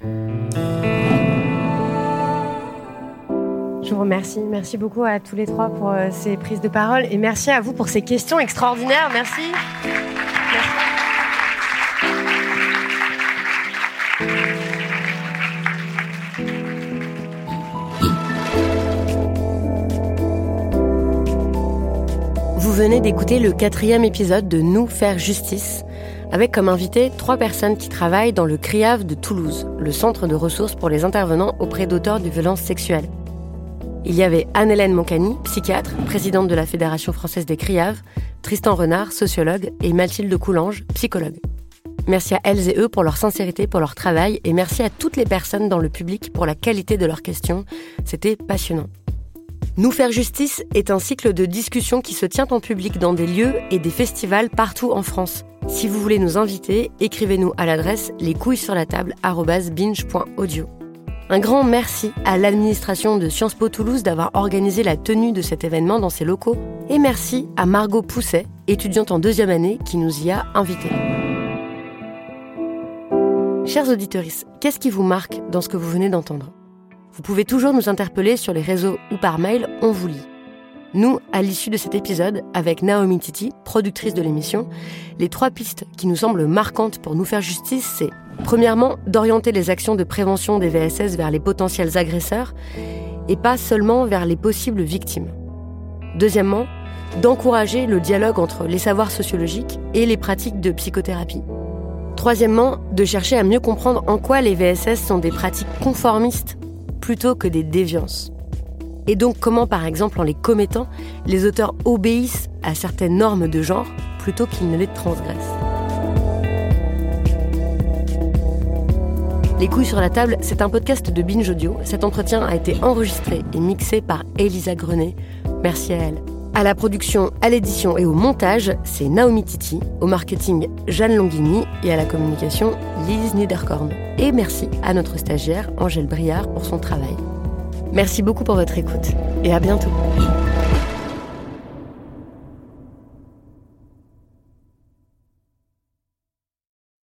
[SPEAKER 2] Je vous remercie. Merci beaucoup à tous les trois pour euh, ces prises de parole et merci à vous pour ces questions extraordinaires. Merci. Merci. Vous venez d'écouter le quatrième épisode de Nous faire justice, avec comme invité trois personnes qui travaillent dans le CRIAV de Toulouse, le centre de ressources pour les intervenants auprès d'auteurs de violences sexuelles. Il y avait Anne-Hélène Moncani, psychiatre, présidente de la Fédération française des CRIAV, Tristan Renard, sociologue, et Mathilde Coulange, psychologue. Merci à elles et eux pour leur sincérité, pour leur travail, et merci à toutes les personnes dans le public pour la qualité de leurs questions. C'était passionnant. Nous faire justice est un cycle de discussions qui se tient en public dans des lieux et des festivals partout en France. Si vous voulez nous inviter, écrivez-nous à l'adresse lescouillessurlatable arobase binge point audio. Un grand merci à l'administration de Sciences Po Toulouse d'avoir organisé la tenue de cet événement dans ses locaux. Et merci à Margot Pousset, étudiante en deuxième année, qui nous y a invités. Chers auditeurs, qu'est-ce qui vous marque dans ce que vous venez d'entendre ? Vous pouvez toujours nous interpeller sur les réseaux ou par mail, on vous lit. Nous, à l'issue de cet épisode, avec Naomi Titi, productrice de l'émission, les trois pistes qui nous semblent marquantes pour nous faire justice, c'est premièrement, d'orienter les actions de prévention des V S S vers les potentiels agresseurs et pas seulement vers les possibles victimes. Deuxièmement, d'encourager le dialogue entre les savoirs sociologiques et les pratiques de psychothérapie. Troisièmement, de chercher à mieux comprendre en quoi les V S S sont des pratiques conformistes plutôt que des déviances. Et donc comment, par exemple, en les commettant, les auteurs obéissent à certaines normes de genre plutôt qu'ils ne les transgressent. Les couilles sur la table, c'est un podcast de Binge Audio. Cet entretien a été enregistré et mixé par Elisa Grenet. Merci à elle. À la production, à l'édition et au montage, c'est Naomi Titi. Au marketing, Jeanne Longhini. Et à la communication, Lise Niederkorn. Et merci à notre stagiaire, Angèle Briard, pour son travail. Merci beaucoup pour votre écoute. Et à bientôt.